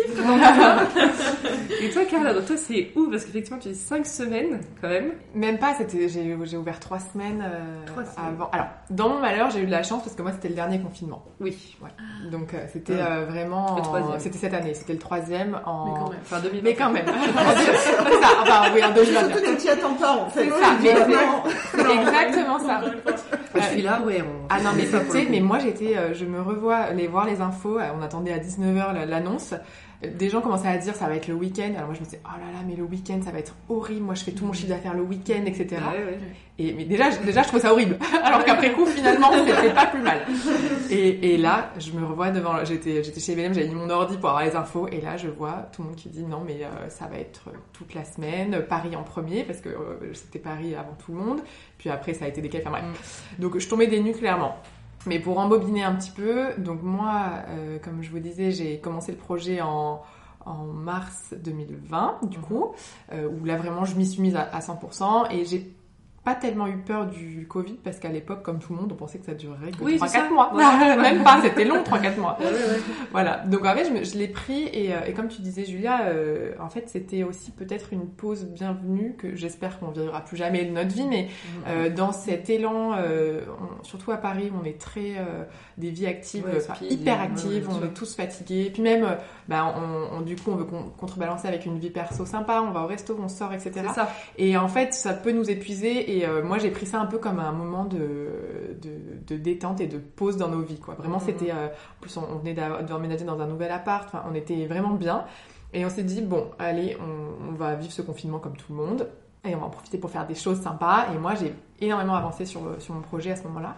Et toi, Carla, donc toi, c'est où ? Parce qu'effectivement, tu dis cinq semaines, quand même. Même pas, c'était, j'ai, j'ai ouvert trois semaines, euh, trois semaines avant. Alors, dans mon malheur, j'ai eu de la chance parce que moi, c'était le dernier confinement. Oui. Ouais. Donc, euh, c'était euh, vraiment... Le troisième. C'était cette année, c'était le troisième en... Mais quand même. Enfin, deux mille vingt. Mais quand même. C'est ça, enfin, oui, en deux mille vingt. Surtout que tu attends pas, en fait. C'est ça, mais c'est exactement ça. Je suis là, ouais. On... Ah non, mais c'était, mais moi, j'étais, euh, je me revois aller voir les infos, on attendait à dix-neuf heures l'annonce. Des gens commençaient à dire ça va être le week-end. Alors moi je me disais oh là là mais le week-end ça va être horrible. Moi je fais tout mon chiffre d'affaires le week-end et cetera. Ouais, ouais. Et mais déjà déjà je trouvais ça horrible. Alors qu'après coup finalement c'était pas plus mal. Et, et là je me revois devant. J'étais j'étais chez B L M, j'avais mis mon ordi pour avoir les infos et là je vois tout le monde qui dit non mais euh, ça va être toute la semaine. Paris en premier parce que euh, c'était Paris avant tout le monde. Puis après ça a été décalé. Enfin bref. Mm. Donc je tombais des nues clairement. Mais pour embobiner un petit peu, donc moi, euh, comme je vous disais, j'ai commencé le projet en, en mars deux mille vingt, du coup, euh, où là vraiment je m'y suis mise à, à cent pour cent et j'ai pas tellement eu peur du Covid parce qu'à l'époque, comme tout le monde, on pensait que ça durerait que oui, trois à quatre mois. Ouais. Même pas, c'était long, trois à quatre mois. Ouais, ouais, ouais. Voilà. Donc en fait, je, me, je l'ai pris et, euh, et comme tu disais, Julia, euh, en fait, c'était aussi peut-être une pause bienvenue que j'espère qu'on ne vivra plus jamais de notre vie, mais euh, dans cet élan, euh, on, surtout à Paris, on est très euh, des vies actives, ouais, enfin, hyper actives, ouais, on est tous fatigués. Puis même, euh, bah, on, on, du coup, on veut con- contrebalancer avec une vie perso sympa, on va au resto, on sort, et cetera. C'est ça. Et en fait, ça peut nous épuiser. Et euh, moi, j'ai pris ça un peu comme un moment de, de, de détente et de pause dans nos vies, quoi. Vraiment, mmh. c'était... Euh, en plus, on, on venait d'emménager dans un nouvel appart. Enfin, on était vraiment bien. Et on s'est dit, bon, allez, on, on va vivre ce confinement comme tout le monde. Et on va en profiter pour faire des choses sympas. Et moi, j'ai énormément avancé sur, sur mon projet à ce moment-là.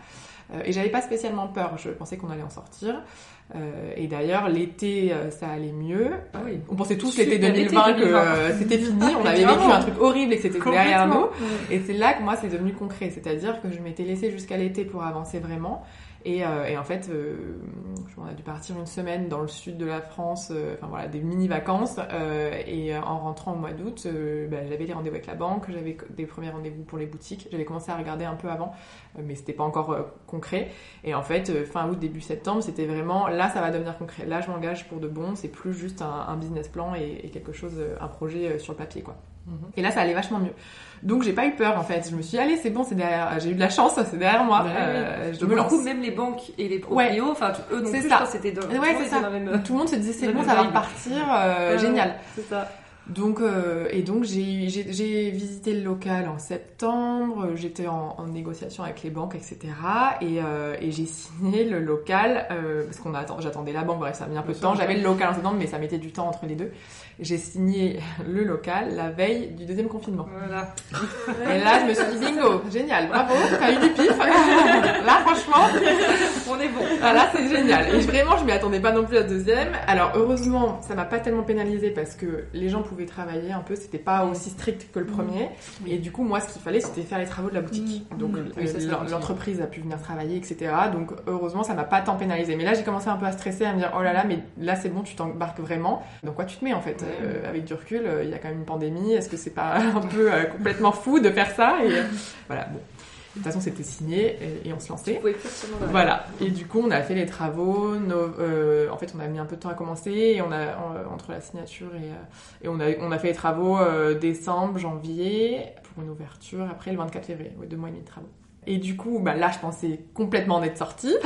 Euh, et j'avais pas spécialement peur, je pensais qu'on allait en sortir. Euh, et d'ailleurs, l'été, euh, ça allait mieux. Ah oui. On pensait tous Super, l'été deux mille vingt l'été deux mille vingt. que euh, c'était fini, on avait vécu un truc horrible et que c'était derrière nous. Et c'est là que moi, c'est devenu concret. C'est-à-dire que je m'étais laissée jusqu'à l'été pour avancer vraiment. Et, euh, et en fait, euh, on a dû partir une semaine dans le sud de la France, euh, enfin voilà, des mini-vacances. Euh, et euh, en rentrant au mois d'août, euh, bah, j'avais les rendez-vous avec la banque, j'avais des premiers rendez-vous pour les boutiques. J'avais commencé à regarder un peu avant, euh, mais c'était pas encore euh, concret. Et en fait, euh, fin août, début septembre, c'était vraiment, là, ça va devenir concret. Là, je m'engage pour de bon, c'est plus juste un, un business plan et, et quelque chose, un projet euh, sur le papier, quoi. Et là, ça allait vachement mieux. Donc, j'ai pas eu peur, en fait. Je me suis dit, allez, c'est bon, c'est derrière, j'ai eu de la chance, c'est derrière moi. Ouais, euh, oui. je Donc, me du lance. coup, même les banques et les proprios, enfin, eux non c'est plus, ça. je pense que c'était dans, ouais, c'est ça. dans la même... Tout le monde se disait, c'est la bon, même ça va vibe. repartir, euh, Ouais, génial. ouais, c'est ça. Donc, euh, et donc, j'ai, j'ai, j'ai visité le local en septembre, j'étais en, en négociation avec les banques, et cetera. Et, euh, et j'ai signé le local, euh, parce qu'on attend, j'attendais la banque, bref, ça a mis un peu de temps. J'avais le local en septembre, mais ça mettait du temps entre les deux. J'ai signé le local la veille du deuxième confinement. Voilà. Et là, je me suis dit, bingo, génial, bravo, t'as eu du pif. Là, franchement, on est bon. Ah, là, c'est génial. Et vraiment, je m'y attendais pas non plus à la deuxième. Alors, heureusement, ça m'a pas tellement pénalisée parce que les gens pouvaient travailler un peu, c'était pas aussi strict que le premier. Oui. Et du coup, moi, ce qu'il fallait, c'était faire les travaux de la boutique. Mmh. Donc, Mmh. euh, Oui, ça, ça l'en- l'entreprise a pu venir travailler, et cetera. Donc, heureusement, ça m'a pas tant pénalisée. Mais là, j'ai commencé un peu à stresser, à me dire, oh là là, mais là, c'est bon, tu t'embarques vraiment. Donc, quoi tu te mets, en fait? Euh, avec du recul, il euh, y a quand même une pandémie. Est-ce que c'est pas un peu euh, complètement fou de faire ça? Et euh, voilà, bon. De toute façon, c'était signé et, et on se lançait. Oui, forcément. Voilà. Et du coup, on a fait les travaux. Nos, euh, en fait, on a mis un peu de temps à commencer. Et on a en, entre la signature et, euh, et on a on a fait les travaux euh, décembre, janvier pour une ouverture. Après le vingt-quatre février, ouais, deux mois et demi de travaux. Et du coup, bah là, je pensais complètement en être sortie.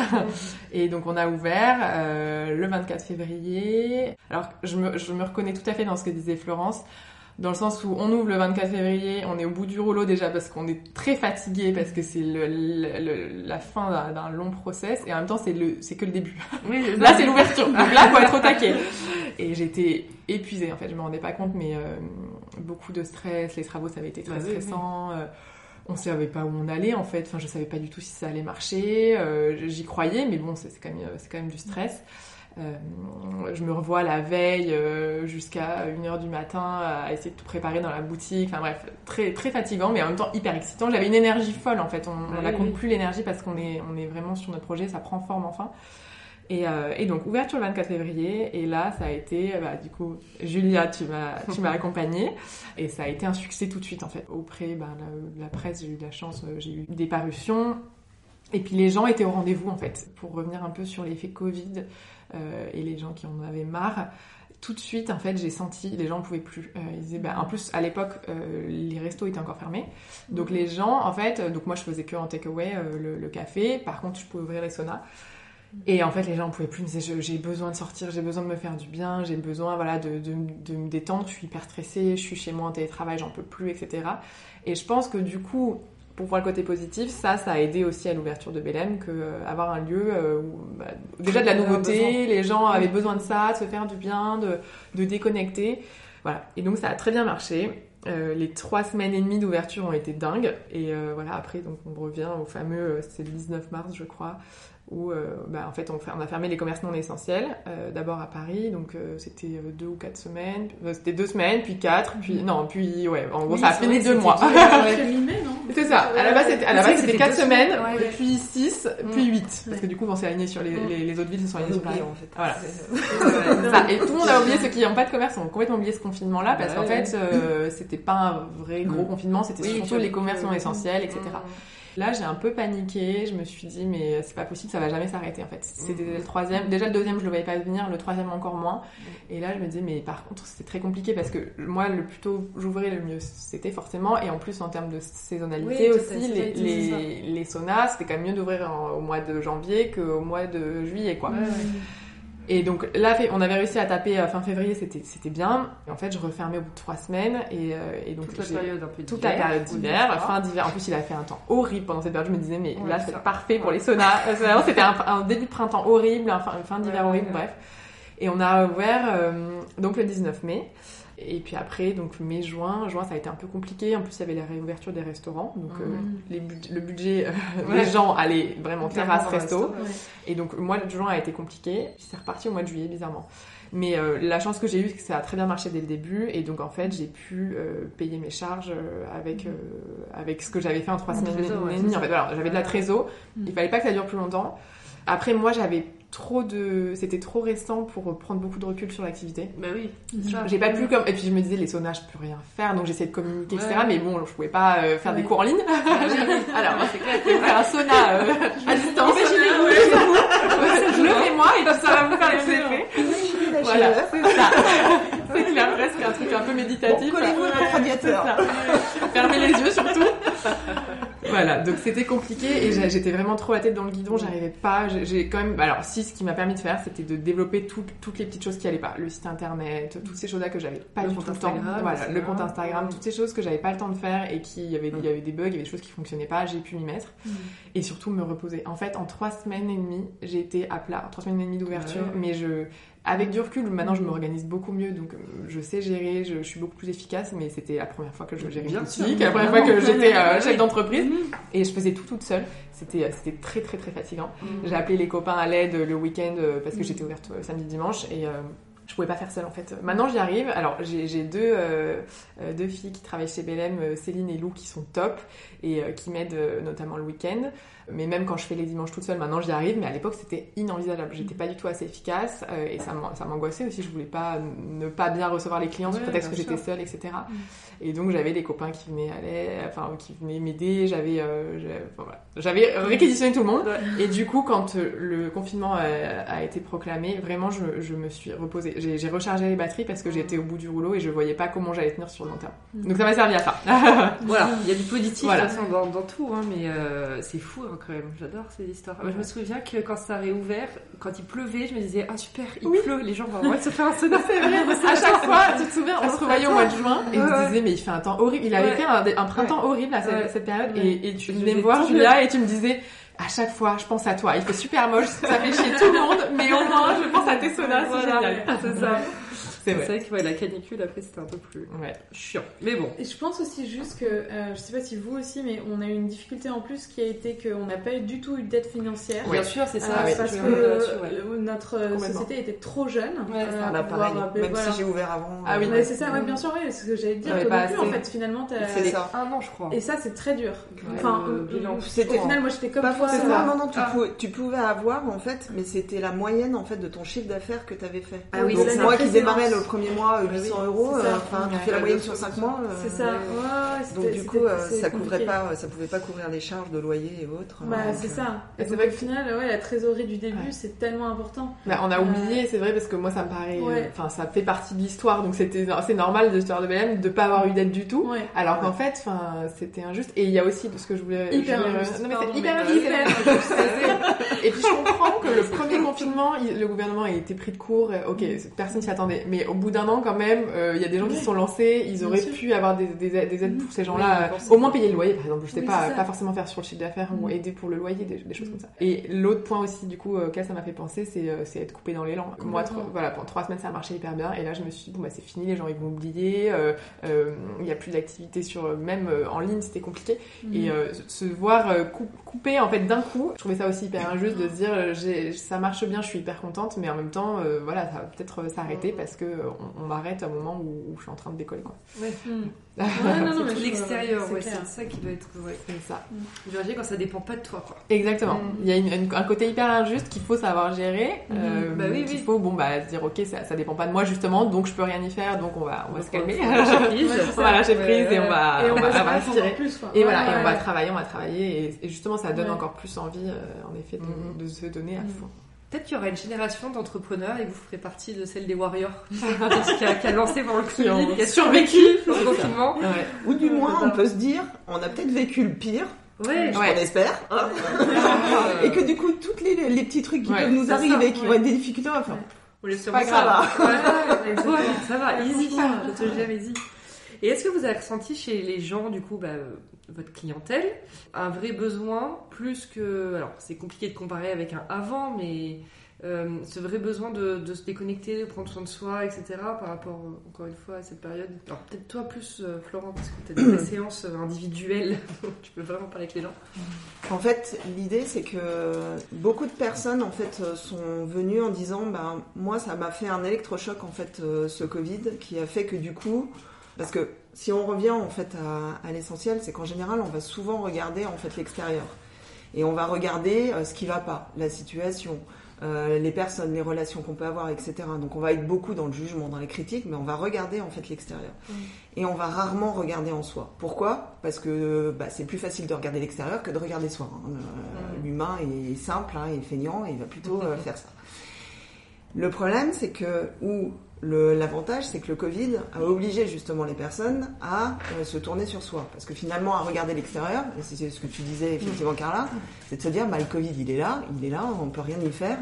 Et donc, on a ouvert euh, le vingt-quatre février. Alors, je me je me reconnais tout à fait dans ce que disait Florence. Dans le sens où on ouvre le vingt-quatre février, on est au bout du rouleau déjà parce qu'on est très fatigué, parce que c'est le, le, le, la fin d'un, d'un long process, et en même temps c'est, le, c'est que le début. Oui, c'est là c'est l'ouverture, donc là faut être au taquet. Et j'étais épuisée en fait, je me rendais pas compte, mais euh, beaucoup de stress, les travaux ça avait été très bah, stressant. Oui, oui. Euh, on savait pas où on allait en fait, enfin je savais pas du tout si ça allait marcher, euh, j'y croyais, mais bon c'est, c'est, quand même, c'est quand même du stress. Euh, je me revois la veille euh, jusqu'à une heure du matin à essayer de tout préparer dans la boutique, enfin bref, très, très fatigant mais en même temps hyper excitant. J'avais une énergie folle en fait, on ah, ne oui, compte oui. plus l'énergie parce qu'on est, on est vraiment sur notre projet, ça prend forme enfin. Et, euh, et donc ouverture le vingt-quatre février, et là ça a été, bah, du coup Julia tu m'as, tu m'as accompagnée et ça a été un succès tout de suite en fait. Auprès bah, la, la presse, j'ai eu de la chance, j'ai eu des parutions. Et puis les gens étaient au rendez-vous en fait. Pour revenir un peu sur l'effet Covid euh, et les gens qui en avaient marre, tout de suite en fait j'ai senti les gens ne pouvaient plus. Euh, ils disaient, bah, en plus à l'époque euh, les restos étaient encore fermés, donc les gens en fait, donc moi je faisais que en take-away euh, le, le café. Par contre je pouvais ouvrir les saunas. Et en fait, les gens ne pouvaient plus me dire j'ai besoin de sortir, j'ai besoin de me faire du bien, j'ai besoin voilà, de, de, de me détendre, je suis hyper stressée, je suis chez moi en télétravail, j'en peux plus, et cetera. Et je pense que du coup, pour voir le côté positif, ça, ça a aidé aussi à l'ouverture de Bélem, que euh, avoir un lieu euh, où bah, déjà de la nouveauté, les gens avaient besoin de ça, de se faire du bien, de, de déconnecter. Voilà. Et donc ça a très bien marché. Euh, les trois semaines et demie d'ouverture ont été dingues. Et euh, voilà, après, donc on revient au fameux, c'est le dix-neuf mars, je crois, où euh, bah, en fait on, on a fermé les commerces non essentiels, euh, d'abord à Paris, donc euh, c'était deux ou quatre semaines, euh, c'était deux semaines, puis quatre, puis non, puis ouais, en gros oui, ça a fini deux mois. Féminé, non C'est ça. À la base c'était, à la base c'était quatre semaines, ouais, ouais. puis six, puis huit, parce que du coup on s'est aligné sur les, les, les autres villes, se sont alignés sur Paris. En fait. Voilà. C'est ça. Et tout le monde a oublié, ceux qui n'ont pas de commerce ont complètement oublié ce confinement-là, parce qu'en fait euh, c'était pas un vrai gros confinement, c'était oui, surtout les commerces non essentiels, et cetera. Là, j'ai un peu paniqué. Je me suis dit, mais c'est pas possible, ça va jamais s'arrêter, en fait. C'était le troisième. Déjà, le deuxième, je le voyais pas venir. Le troisième, encore moins. Et là, je me dis, mais par contre, c'était très compliqué parce que moi, le plus tôt j'ouvrais, le mieux c'était forcément. Et en plus, en termes de saisonnalité oui, aussi, les, les, les saunas, c'était quand même mieux d'ouvrir en, au mois de janvier qu'au mois de juillet, quoi. Ouais, ouais. Et donc là, on avait réussi à taper fin février, c'était, c'était bien. Et en fait, je refermais au bout de trois semaines. Et, euh, et donc, toute la période un peu toute la période d'hiver, fin d'hiver. En plus, il a fait un temps horrible pendant cette période. Je me disais, mais ouais, là, c'est ça. Parfait pour les saunas. C'était un, un début de printemps horrible, un fin, une fin d'hiver ouais, horrible, ouais. Bref. Et on a ouvert euh, donc le dix-neuf mai. Et puis après, donc mai, juin, juin ça a été un peu compliqué. En plus, il y avait la réouverture des restaurants. Donc mmh. euh, les bud- le budget euh, ouais. des gens allait vraiment terrasse, resto. resto. Ouais. Et donc le mois de juin a été compliqué. Puis c'est reparti au mois de juillet, bizarrement. Mais euh, la chance que j'ai eue, c'est que ça a très bien marché dès le début. Et donc en fait, j'ai pu euh, payer mes charges euh, avec, euh, avec ce que j'avais fait en trois semaines et demie. En fait, voilà, j'avais de la trésor. Mmh. Il fallait pas que ça dure plus longtemps. Après, moi, j'avais trop de... C'était trop récent pour prendre beaucoup de recul sur l'activité. Bah oui. J'ai pas pu comme... Et puis je me disais, les saunas, je peux rien faire. Donc j'essayais de communiquer, ouais. et cetera. Mais bon, je pouvais pas euh, faire ouais. des cours en ligne. Alors, moi, c'est clair, je vais faire un sauna euh, à distance. Imaginez-vous, je le fais moi et puis ça va vous faire les effets. Voilà, c'est ça. C'est clair, presque un truc un peu méditatif. Bon, collez-vous votre radiateur. Fermez les yeux surtout. Voilà, donc c'était compliqué et j'étais vraiment trop la tête dans le guidon, j'arrivais pas, j'ai quand même... Alors si, ce qui m'a permis de faire, c'était de développer tout, toutes les petites choses qui allaient pas, le site internet, toutes ces choses-là que j'avais pas le du tout le temps, voilà, le compte Instagram, toutes ces choses que j'avais pas le temps de faire et qui, il y avait, il y avait des bugs, il y avait des choses qui fonctionnaient pas, j'ai pu m'y mettre mmh. et surtout me reposer. En fait, en trois semaines et demie, j'ai été à plat, trois semaines et demie d'ouverture, ouais. mais je... Avec du recul, maintenant je m'organise beaucoup mieux, donc je sais gérer, je, je suis beaucoup plus efficace, mais c'était la première fois que je gérais une boutique, la première fois que j'étais euh, chef d'entreprise, et je faisais tout toute seule. C'était, c'était très très très fatigant. J'ai appelé les copains à l'aide le week-end parce que j'étais ouverte samedi dimanche et euh, je pouvais pas faire seule en fait. Maintenant j'y arrive. Alors j'ai, j'ai deux, euh, deux filles qui travaillent chez B L M, Céline et Lou, qui sont top et euh, qui m'aident euh, notamment le week-end. Mais même quand je fais les dimanches toute seule, maintenant j'y arrive. Mais à l'époque c'était inenvisageable. J'étais pas du tout assez efficace euh, et ça, ça m'angoissait aussi. Je voulais pas ne pas bien recevoir les clients sous ouais, prétexte que sûr. J'étais seule, et cetera. Mm. Et donc j'avais des copains qui venaient aller, enfin qui venaient m'aider. J'avais, euh, j'avais, enfin, voilà. j'avais réquisitionné tout le monde. Ouais. Et du coup, quand euh, le confinement a, a été proclamé, vraiment je, je me suis reposée. J'ai, j'ai rechargé les batteries parce que j'étais au bout du rouleau et je voyais pas comment j'allais tenir sur le long terme. Mm. Donc ça m'a servi à ça. Voilà, il y a du positif voilà. de toute façon dans, dans tout, hein, mais euh, c'est fou hein, quand même. J'adore ces histoires. Moi, je me souviens que quand ça a réouvert, quand il pleuvait, je me disais ah super, il oui. pleut, les gens vont se faire un sauna. C'est vrai. À chaque fois, tu te souviens, on se revoyait au mois de juin et on se disait mais il fait un temps horrible. Il avait ouais. fait un, un printemps ouais. horrible à cette, ouais. cette période ouais. et, et tu venais me voir Julia et tu me disais à chaque fois je pense à toi. Il fait super moche, ça fait chier tout le monde, mais au moins je pense à tes saunas, c'est voilà. génial. C'est ça. C'est vrai, c'est vrai que ouais, la canicule après c'était un peu plus ouais. chiant. Mais bon. Et je pense aussi juste que, euh, je sais pas si vous aussi, mais on a eu une difficulté en plus qui a été qu'on n'a pas eu du tout eu de dette financière. Oui. Bien sûr, c'est ça. Euh, oui, parce que euh, ouais. notre société était trop jeune. Ouais, euh, ah bah, pareil, pouvoir, même voilà. si j'ai ouvert avant. Ah oui, euh, ouais, c'est ça, ouais, bien sûr, oui, c'est ce que j'allais dire. Toi non plus, en fait, finalement, t'as... C'est un an, je crois. Et ça, c'est très dur. Enfin, au final, moi j'étais comme pas toi. Non, non, non, tu pouvais avoir en fait, mais c'était la moyenne en fait de ton chiffre d'affaires que t'avais fait. Ah oui, donc moi qui démarrais le premier mois huit cents euros, enfin, tu fais la moyenne sur cinq mois. C'est ça. Ouais, donc du coup, ça couvrait pas, ça pouvait pas couvrir les charges de loyer et autres. Bah c'est ça. Et c'est vrai qu'au final, ouais, la trésorerie du début, c'est tellement important. Bah on a oublié, c'est vrai parce que moi ça me paraît, enfin ça fait partie de l'histoire, donc c'était, c'est normal de l'histoire de B L M de pas avoir eu d'aide du tout. Alors qu'en fait, enfin c'était injuste. Et il y a aussi ce que je voulais. Hyper injuste. Non mais c'est hyper injuste. Et puis je comprends que le premier confinement, le gouvernement a été pris de court. Ok, personne s'y attendait, mais au bout d'un an quand même, il y a des gens qui se sont lancés, ils auraient pu avoir des, des, des aides pour ces gens-là, oui, au moins payer le loyer par exemple, je sais oui, pas, pas forcément faire sur le chiffre d'affaires mmh. ou aider pour le loyer, des, des choses mmh. comme ça. Et l'autre point aussi du coup auquel ça m'a fait penser, c'est, c'est être coupé dans l'élan. Mmh. Moi, trois, voilà, pendant trois semaines ça a marché hyper bien et là je me suis dit bon bah c'est fini, les gens ils vont oublier, euh, euh, il y a plus d'activité sur, même euh, en ligne c'était compliqué mmh. et euh, se voir euh, coup, coupé en fait d'un coup, je trouvais ça aussi hyper injuste de se dire euh, j'ai, ça marche bien, je suis hyper contente, mais en même temps euh, voilà ça va peut-être s'arrêter mmh. parce que on, on m'arrête à un moment où, où je suis en train de décoller quoi. Ouais. Mmh. Ouais, non, non, c'est tout l'extérieur, c'est, ouais, c'est ça qui doit être. Ouais. C'est ça. Mmh. J'imagine quand ça dépend pas de toi, quoi. Exactement. Mmh. Il y a une, une, un côté hyper injuste qu'il faut savoir gérer. Mmh. Euh, bah oui, qu'il oui. faut, bon, bah, se dire, ok, ça, ça dépend pas de moi justement, donc je peux rien y faire, donc on va, on va donc se calmer. On va lâcher prise. On va lâcher prise ouais, et on va, et on, on va, va, va respirer. Plus, et voilà, ouais, et on ouais. va travailler, on va travailler, et, et justement, ça donne ouais. encore plus envie, euh, en effet, de, mmh. de se donner à fond. Peut-être qu'il y aura une génération d'entrepreneurs et vous ferez partie de celle des warriors qui, a, qui a lancé pendant le Covid, qui a survécu au confinement. Ouais. Ou du moins, on peut se dire, on a peut-être vécu le pire. Ouais, on ouais. espère. Hein. Et que du coup, tous les, les petits trucs qui ouais, peuvent nous arriver, ça, qui ouais. vont être des difficultés, enfin, ouais. c'est pas grave. Ça va. Ouais, ouais, ça va, easy. Je te gère easy. Et est-ce que vous avez ressenti chez les gens, du coup, bah, votre clientèle, un vrai besoin, plus que... Alors, c'est compliqué de comparer avec un avant, mais Euh, ce vrai besoin de, de se déconnecter, de prendre soin de soi, et cetera. Par rapport, encore une fois, à cette période. Alors peut-être toi plus, euh, Florent, parce que tu as des séances individuelles, donc tu peux vraiment parler avec les gens. En fait, l'idée, c'est que beaucoup de personnes, en fait, sont venues en disant, ben, moi, ça m'a fait un électrochoc, en fait, euh, ce Covid, qui a fait que du coup, parce que si on revient, en fait, à, à l'essentiel, c'est qu'en général, on va souvent regarder, en fait, l'extérieur. Et on va regarder euh, ce qui va pas, la situation, Euh, les personnes, les relations qu'on peut avoir, et cetera. Donc on va être beaucoup dans le jugement, dans les critiques, mais on va regarder en fait l'extérieur. Mmh. Et on va rarement regarder en soi. Pourquoi ? Parce que bah, c'est plus facile de regarder l'extérieur que de regarder soi. Hein. Euh, mmh. L'humain est simple, hein, il est feignant, et il va plutôt euh, faire ça. Le problème, c'est que, ou le, l'avantage, c'est que le Covid a obligé justement les personnes à euh, se tourner sur soi. Parce que finalement, à regarder l'extérieur, et c'est ce que tu disais effectivement, Carla, c'est de se dire, bah, le Covid, il est là, il est là, on ne peut rien y faire.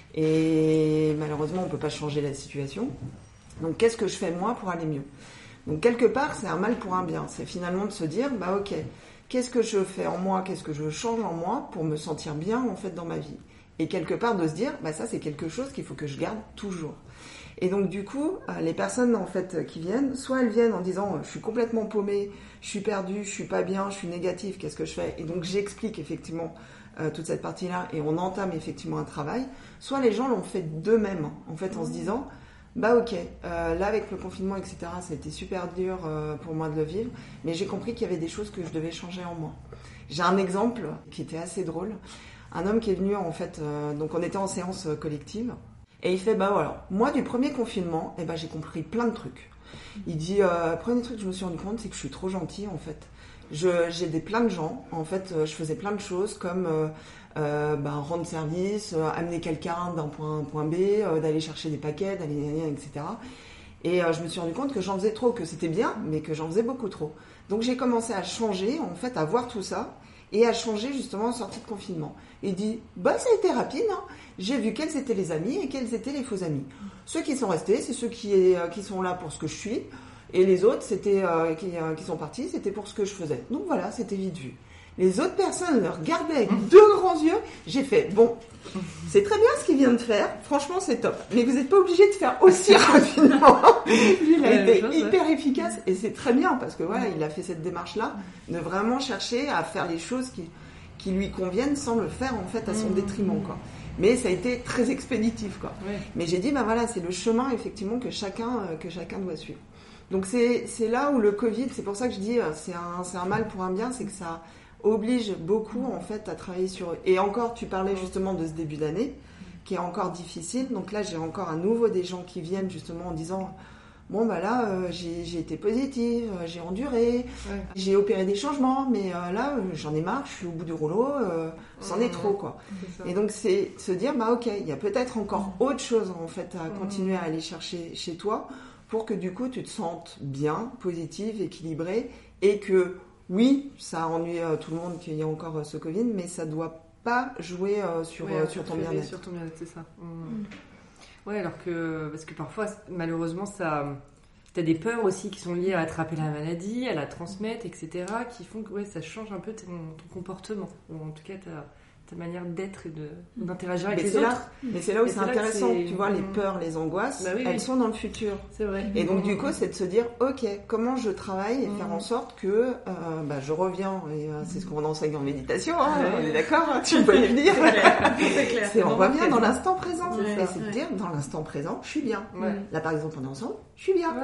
Et malheureusement, on ne peut pas changer la situation. Donc, qu'est-ce que je fais moi pour aller mieux ? Donc, quelque part, c'est un mal pour un bien. C'est finalement de se dire, bah, ok, qu'est-ce que je fais en moi, qu'est-ce que je change en moi pour me sentir bien, en fait, dans ma vie ? Et quelque part, de se dire, bah, ça, c'est quelque chose qu'il faut que je garde toujours. Et donc du coup, les personnes en fait qui viennent, soit elles viennent en disant je suis complètement paumée, je suis perdue, je suis pas bien, je suis négative, qu'est-ce que je fais ? Et donc j'explique effectivement euh, toute cette partie-là et on entame effectivement un travail. Soit les gens l'ont fait d'eux-mêmes, en fait en se disant bah ok, euh, là avec le confinement et cetera, ça a été super dur euh, pour moi de le vivre, mais j'ai compris qu'il y avait des choses que je devais changer en moi. J'ai un exemple qui était assez drôle. Un homme qui est venu en fait, euh, donc on était en séance collective. Et il fait, bah voilà, moi du premier confinement, eh ben, j'ai compris plein de trucs. Il dit, euh, premier truc que je me suis rendu compte, c'est que je suis trop gentille en fait. Je, j'ai aidé plein de gens, en fait, je faisais plein de choses comme euh, euh, bah, rendre service, euh, amener quelqu'un d'un point A à un point B, euh, d'aller chercher des paquets, d'aller, et cetera. Et euh, je me suis rendu compte que j'en faisais trop, que c'était bien, mais que j'en faisais beaucoup trop. Donc j'ai commencé à changer, en fait, à voir tout ça, et à changer justement en sortie de confinement. Et il dit, bah ça a été rapide, hein. J'ai vu quels étaient les amis et quels étaient les faux amis. Ceux qui sont restés, c'est ceux qui, euh, qui sont là pour ce que je suis, et les autres, c'était euh, qui, euh, qui sont partis, c'était pour ce que je faisais. Donc voilà, c'était vite vu. Les autres personnes le regardaient avec deux grands yeux. J'ai fait, bon, c'est très bien ce qu'il vient de faire. Franchement, c'est top. Mais vous n'êtes pas obligé de faire aussi rapidement. Lui, il a été chose, hyper ouais. efficace. Et c'est très bien parce que voilà, il a fait cette démarche-là de vraiment chercher à faire les choses qui, qui lui conviennent sans le faire en fait à son mmh. détriment, quoi. Mais ça a été très expéditif, quoi. Ouais. Mais j'ai dit, bah voilà, c'est le chemin effectivement que chacun, euh, que chacun doit suivre. Donc c'est, c'est là où le Covid, c'est pour ça que je dis, c'est un, c'est un mal pour un bien, c'est que ça oblige beaucoup en fait à travailler sur eux. Et encore, tu parlais justement de ce début d'année qui est encore difficile. Donc là, j'ai encore à nouveau des gens qui viennent justement en disant bon bah là, euh, j'ai, j'ai été positive, euh, j'ai enduré, ouais. j'ai opéré des changements, mais euh, là, euh, j'en ai marre, je suis au bout du rouleau, euh, c'en mmh, est trop quoi. Et donc c'est se dire bah ok, il y a peut-être encore mmh. autre chose en fait à mmh. continuer à aller chercher chez toi pour que du coup tu te sentes bien, positive, équilibrée et que oui, ça ennuie euh, tout le monde qu'il y ait encore euh, ce Covid, mais ça doit pas jouer euh, sur, ouais, euh, sur ton bien-être. Sur ton bien-être, c'est ça. Mmh. Mmh. Ouais, alors que, parce que parfois, malheureusement, ça, t'as des peurs aussi qui sont liées à attraper la maladie, à la transmettre, et cetera, qui font que ouais, ça change un peu ton, ton comportement. Ou en tout cas, ta, ta manière d'être et de, d'interagir avec mais les c'est autres. Là, mais c'est là où c'est, c'est intéressant. C'est... Tu vois, les peurs, les angoisses, bah oui, elles oui. sont dans le futur. C'est vrai. Et donc, du coup, c'est de se dire, ok, comment je travaille et mmh. faire en sorte que euh, bah, je reviens. Et euh, c'est ce qu'on enseigne en méditation, hein, ouais. on est d'accord, hein, tu peux y venir. C'est clair. C'est clair. C'est, on revient dans l'instant présent. Ouais. Et c'est de dire, dans l'instant présent, je suis bien. Ouais. Là, par exemple, on est ensemble, je suis bien.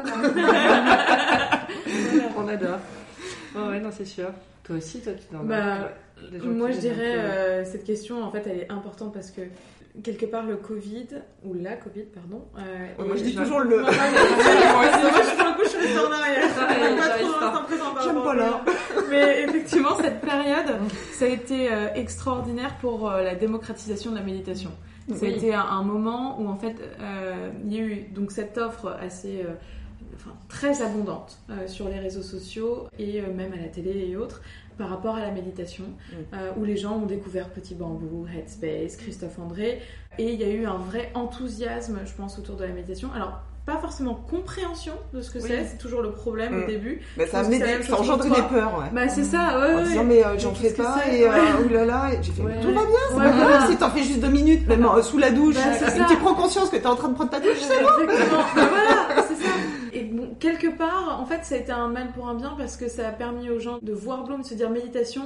Voilà. On adore. Oh, ouais, non, c'est sûr. Toi aussi, toi, tu t'en bah, moi, je dirais, euh, cette question, en fait, elle est importante parce que, quelque part, le Covid, ou la Covid, pardon... Euh, moi, je dis toujours le... Moi, je suis pour le coup, je suis restée en arrière. Pas trop dans l'instant présent. J'aime pas là. Mais effectivement, cette période, ça a été euh, extraordinaire pour euh, la démocratisation de la méditation. Ça oui. a été un, un moment où, en fait, euh, il y a eu donc, cette offre assez... Euh, enfin, très abondante euh, sur les réseaux sociaux et euh, même à la télé et autres par rapport à la méditation, mmh. euh, où les gens ont découvert Petit Bambou, Headspace, Christophe André, et il y a eu un vrai enthousiasme, je pense, autour de la méditation. Alors, pas forcément compréhension de ce que oui. c'est, c'est toujours le problème mmh. au début. Bah, ça a engendré des peurs, ouais. Bah, c'est ça, ouais. En ouais. disant, mais euh, j'en fais pas, et ouais. euh, oulala, et j'ai fait, ouais. tout va bien, c'est ouais, pas grave, voilà. si t'en fais juste deux minutes, même euh, sous la douche, bah, et tu prends conscience que t'es en train de prendre ta douche, c'est bon. Exactement, bah, voilà, c'est ça. Et bon, quelque part, en fait, ça a été un mal pour un bien parce que ça a permis aux gens de voir Bloom, de se dire méditation.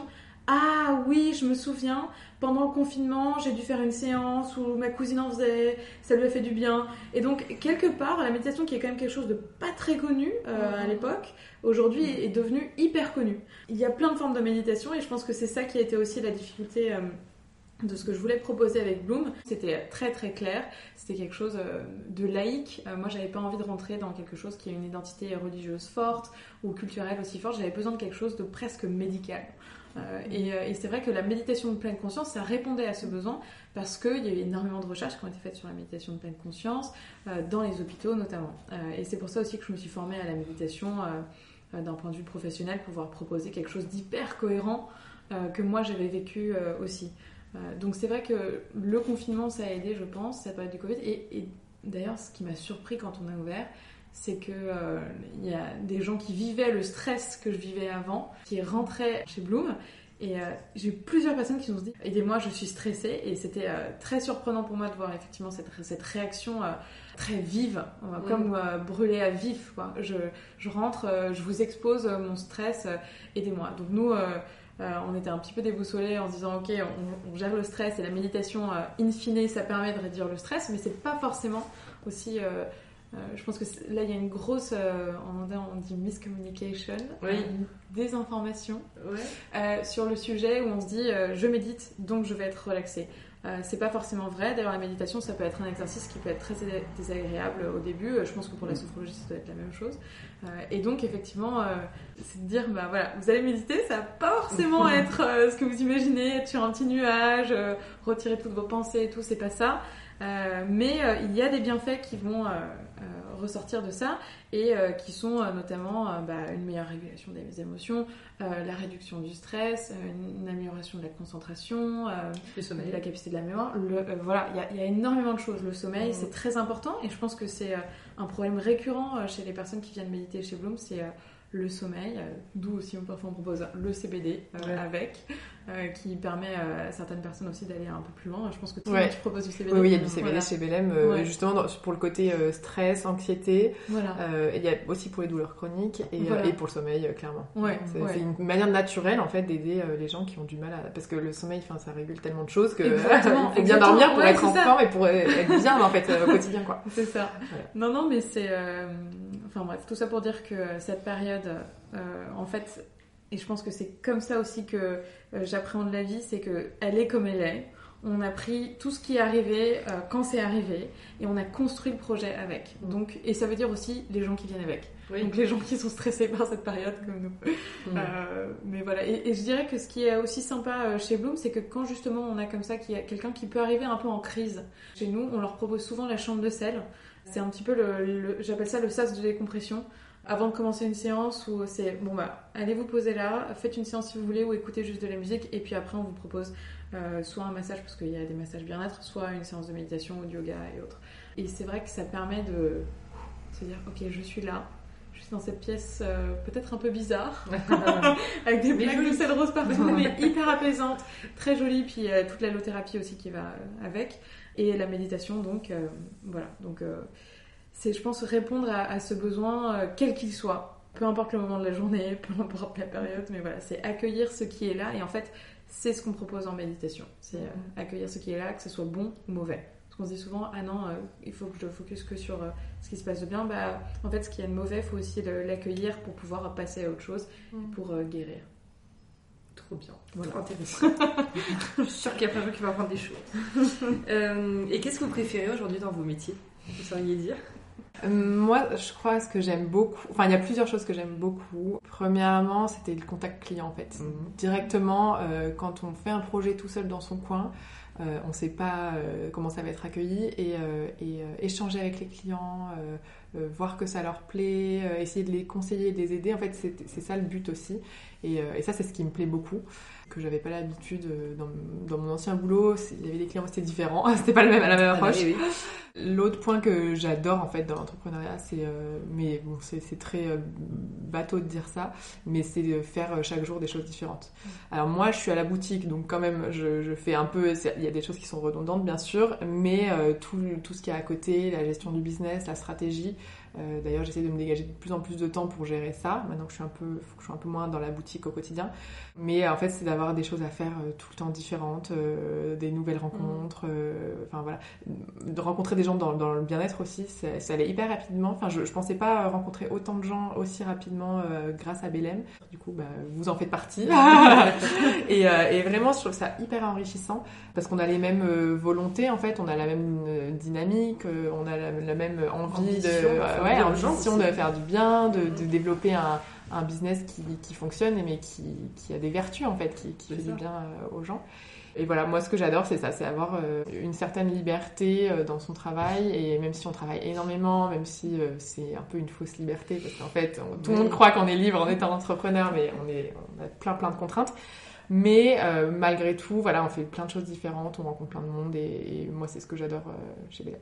Ah oui, je me souviens, pendant le confinement, j'ai dû faire une séance où ma cousine en faisait, ça lui a fait du bien. Et donc, quelque part, la méditation, qui est quand même quelque chose de pas très connu euh, à l'époque, aujourd'hui est devenue hyper connue. Il y a plein de formes de méditation et je pense que c'est ça qui a été aussi la difficulté euh, de ce que je voulais proposer avec Bloom. C'était très très clair, c'était quelque chose euh, de laïque. Euh, moi, j'avais pas envie de rentrer dans quelque chose qui a une identité religieuse forte ou culturelle aussi forte. J'avais besoin de quelque chose de presque médical. Euh, et, et c'est vrai que la méditation de pleine conscience, ça répondait à ce besoin parce qu'il y a eu énormément de recherches qui ont été faites sur la méditation de pleine conscience, euh, dans les hôpitaux notamment. Euh, et c'est pour ça aussi que je me suis formée à la méditation euh, d'un point de vue professionnel, pour pouvoir proposer quelque chose d'hyper cohérent euh, que moi j'avais vécu euh, aussi. Euh, donc c'est vrai que le confinement, ça a aidé, je pense, cette période du Covid. Et, et d'ailleurs, ce qui m'a surpris quand on a ouvert, c'est qu'il euh, y a des gens qui vivaient le stress que je vivais avant, qui rentraient chez Bloom. Et euh, j'ai eu plusieurs personnes qui se sont dit « Aidez-moi, je suis stressée ». Et c'était euh, très surprenant pour moi de voir effectivement cette, cette réaction euh, très vive, euh, mmh. comme euh, brûlée à vif, quoi. Je, je rentre, euh, je vous expose euh, mon stress, euh, aidez-moi. Donc nous, euh, euh, on était un petit peu déboussolés en se disant « Ok, on, on gère le stress » et la méditation, euh, in fine, ça permet de réduire le stress, mais c'est pas forcément aussi... Euh, Euh, je pense que là il y a une grosse, euh, en anglais on dit miscommunication, oui. une désinformation ouais. euh, sur le sujet où on se dit euh, je médite donc je vais être relaxée. Euh, c'est pas forcément vrai. D'ailleurs la méditation ça peut être un exercice qui peut être très désagréable au début. Je pense que pour la sophrologie ça doit être la même chose. Euh, et donc effectivement euh, c'est de dire bah voilà, vous allez méditer, ça va pas forcément être euh, ce que vous imaginez, être sur un petit nuage, euh, retirer toutes vos pensées et tout, c'est pas ça. Euh, mais euh, il y a des bienfaits qui vont euh, euh, ressortir de ça et euh, qui sont euh, notamment euh, bah, une meilleure régulation des émotions, euh, la réduction du stress, euh, une amélioration de la concentration, euh, le la capacité de la mémoire. Le, euh, voilà, il y a, il y a énormément de choses. Le sommeil, mmh. c'est très important et je pense que c'est euh, un problème récurrent euh, chez les personnes qui viennent méditer chez Bloom, c'est euh, le sommeil, euh, d'où aussi on parfois on propose le C B D euh, ouais. avec, euh, qui permet euh, à certaines personnes aussi d'aller un peu plus loin. Je pense que tu, ouais. tu proposes du C B D. Oui, il y a du C B D voilà. chez Belém, euh, ouais. justement dans, pour le côté euh, stress, anxiété. Voilà. Euh, il y a aussi pour les douleurs chroniques et, voilà. euh, et pour le sommeil, euh, clairement. Ouais. C'est, ouais. c'est une manière naturelle en fait d'aider euh, les gens qui ont du mal à... Parce que le sommeil, ça régule tellement de choses que il faut bien exactement. dormir pour ouais, être en ça. forme et pour être bien en fait au quotidien, quoi. C'est ça. Voilà. Non, non, mais c'est... Euh... Enfin bref, tout ça pour dire que cette période... Euh, en fait, et je pense que c'est comme ça aussi que euh, j'appréhende la vie, c'est qu'elle est comme elle est. On a pris tout ce qui est arrivé euh, quand c'est arrivé et on a construit le projet avec. Donc, et ça veut dire aussi les gens qui viennent avec. Oui. Donc les gens qui sont stressés par cette période comme nous. Mmh. Euh, mais voilà. Et, et je dirais que ce qui est aussi sympa chez Bloom, c'est que quand justement on a comme ça qu'il y a quelqu'un qui peut arriver un peu en crise, chez nous, on leur propose souvent la chambre de sel. C'est un petit peu le, le j'appelle ça le sas de décompression. Avant de commencer une séance où c'est bon bah allez vous poser là, faites une séance si vous voulez ou écoutez juste de la musique et puis après on vous propose euh, soit un massage parce qu'il y a des massages bien-être, soit une séance de méditation ou de yoga et autres. Et c'est vrai que ça permet de se dire ok je suis là, je suis dans cette pièce euh, peut-être un peu bizarre avec des plaques de sel rose partout mais hyper apaisante, très jolie, puis euh, toute l'allothérapie aussi qui va euh, avec et la méditation donc euh, voilà donc euh, c'est, je pense, répondre à, à ce besoin, euh, quel qu'il soit. Peu importe le moment de la journée, peu importe la période, mais voilà, c'est accueillir ce qui est là. Et en fait, c'est ce qu'on propose en méditation. C'est euh, accueillir ce qui est là, que ce soit bon ou mauvais. Parce qu'on se dit souvent, ah non, euh, il faut que je focus que sur euh, ce qui se passe de bien. Bah, en fait, ce qui est de mauvais, il faut aussi le, l'accueillir pour pouvoir passer à autre chose, mmh. pour euh, guérir. Trop bien, voilà. Trop intéressant. Je suis sûre qu'il y a plein de gens qui vont apprendre des choses. euh, et qu'est-ce que vous préférez aujourd'hui dans vos métiers ? Vous sauriez dire ? Moi, je crois ce que j'aime beaucoup. Enfin, il y a plusieurs choses que j'aime beaucoup. Premièrement, c'était le contact client en fait. Mmh. Directement, euh, quand on fait un projet tout seul dans son coin, euh, on sait pas euh, comment ça va être accueilli et, euh, et euh, échanger avec les clients, euh, euh, voir que ça leur plaît, euh, essayer de les conseiller, de les aider. En fait, c'est, c'est ça le but aussi. Et, euh, et ça, c'est ce qui me plaît beaucoup, que j'avais pas l'habitude euh, dans, dans mon ancien boulot. Il y avait des clients, c'était différent, c'était pas le même, la même approche. Ah, oui, oui. L'autre point que j'adore en fait dans l'entrepreneuriat, c'est, euh, mais bon, c'est, c'est très euh, bateau de dire ça, mais c'est de faire chaque jour des choses différentes. Alors moi, je suis à la boutique, donc quand même, je, je fais un peu, il y a des choses qui sont redondantes bien sûr, mais euh, tout, tout ce qu'il y a à côté, la gestion du business, la stratégie. Euh, d'ailleurs, j'essaie de me dégager de plus en plus de temps pour gérer ça. Maintenant que je suis un peu, faut que je suis un peu moins dans la boutique au quotidien. Mais en fait, c'est d'avoir des choses à faire euh, tout le temps différentes, euh, des nouvelles rencontres. Euh, enfin voilà, de rencontrer des gens dans, dans le bien-être aussi, ça, ça allait hyper rapidement. Enfin, je, je pensais pas rencontrer autant de gens aussi rapidement euh, grâce à Belém. Du coup, bah, vous en faites partie. et, euh, et vraiment, je trouve ça hyper enrichissant parce qu'on a les mêmes euh, volontés. En fait, on a la même euh, dynamique, euh, on a la, la même envie ambition, de. Euh, Ouais, ambition de aussi. faire du bien, de, de développer un, un business qui, qui fonctionne mais qui, qui a des vertus en fait, qui, qui fait ça. du bien aux gens. Et voilà, moi ce que j'adore c'est ça, c'est avoir une certaine liberté dans son travail, et même si on travaille énormément, même si c'est un peu une fausse liberté, parce qu'en fait on, tout le monde croit qu'on est libre en étant entrepreneur, mais on, est, on a plein plein de contraintes. Mais euh, malgré tout, voilà, on fait plein de choses différentes, on rencontre plein de monde, et, et moi c'est ce que j'adore euh, chez Belém.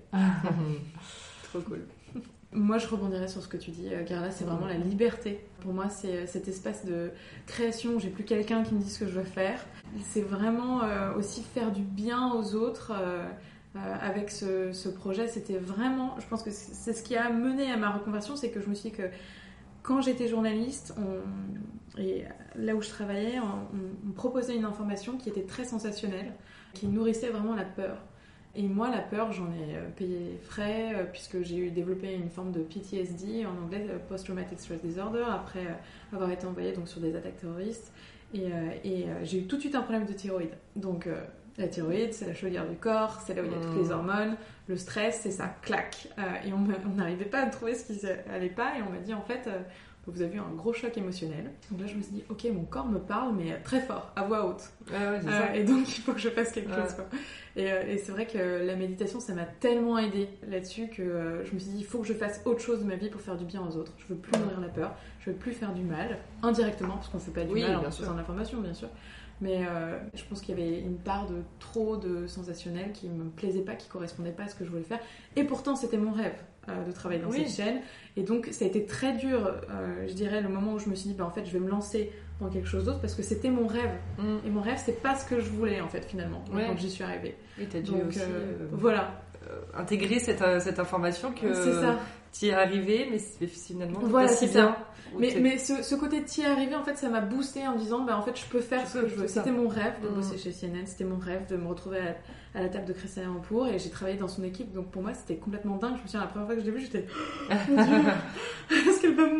Trop cool. Moi, je rebondirais sur ce que tu dis, Carla, c'est vraiment la liberté. Pour moi, c'est cet espace de création où j'ai plus quelqu'un qui me dit ce que je veux faire. C'est vraiment euh, aussi faire du bien aux autres. Euh, euh, avec ce, ce projet, c'était vraiment... Je pense que c'est ce qui a mené à ma reconversion, c'est que je me suis dit que quand j'étais journaliste, on, et là où je travaillais, on, on me proposait une information qui était très sensationnelle, qui nourrissait vraiment la peur. Et moi, la peur, j'en ai payé frais, euh, puisque j'ai eu développé une forme de P T S D, en anglais, euh, Post-Traumatic Stress Disorder, après euh, avoir été envoyée donc, sur des attaques terroristes. Et, euh, et euh, j'ai eu tout de suite un problème de thyroïde. Donc, euh, la thyroïde, c'est la chaudière du corps, c'est là où il y a toutes les hormones. Le stress, c'est ça, claque. Euh, et on n'arrivait pas à trouver ce qui allait pas, et on m'a dit, en fait... Euh, vous avez eu un gros choc émotionnel. Donc là, je me suis dit, ok, mon corps me parle, mais très fort, à voix haute. Ouais, ouais, c'est euh, ça. Et donc, il faut que je fasse quelque ouais. chose. Quoi. Et, euh, et c'est vrai que la méditation, ça m'a tellement aidée là-dessus que euh, je me suis dit, il faut que je fasse autre chose de ma vie pour faire du bien aux autres. Je veux plus nourrir la peur, je veux plus faire du mal, indirectement, parce qu'on fait pas du oui, mal en faisant faisant de l'information, bien sûr. Mais euh, je pense qu'il y avait une part de trop de sensationnel qui me plaisait pas, qui correspondait pas à ce que je voulais faire. Et pourtant, c'était mon rêve euh, de travailler dans oui. cette chaîne. Et donc, ça a été très dur, euh, je dirais, le moment où je me suis dit, bah, en fait, je vais me lancer dans quelque chose d'autre parce que c'était mon rêve. Mm. Et mon rêve, c'est pas ce que je voulais, en fait, finalement, ouais. quand j'y suis arrivée. Oui, t'as dû donc, aussi euh, euh, voilà. euh, intégrer cette, euh, cette information que c'est ça. t'y es arrivé, mais finalement, t'es voilà, pas si c'est bien. ça. Mais, mais ce, ce côté de t'y arriver, en fait, ça m'a boosté en me disant, bah, en fait, je peux faire je ce peux, que je veux. c'est C'était ça. mon rêve de mmh. bosser chez C N N, c'était mon rêve de me retrouver à, à la table de Christian Amanpour, et j'ai travaillé dans son équipe, donc pour moi, c'était complètement dingue. Je me souviens, la première fois que je l'ai vue, j'étais, oh mon Dieu, est-ce qu'elle va me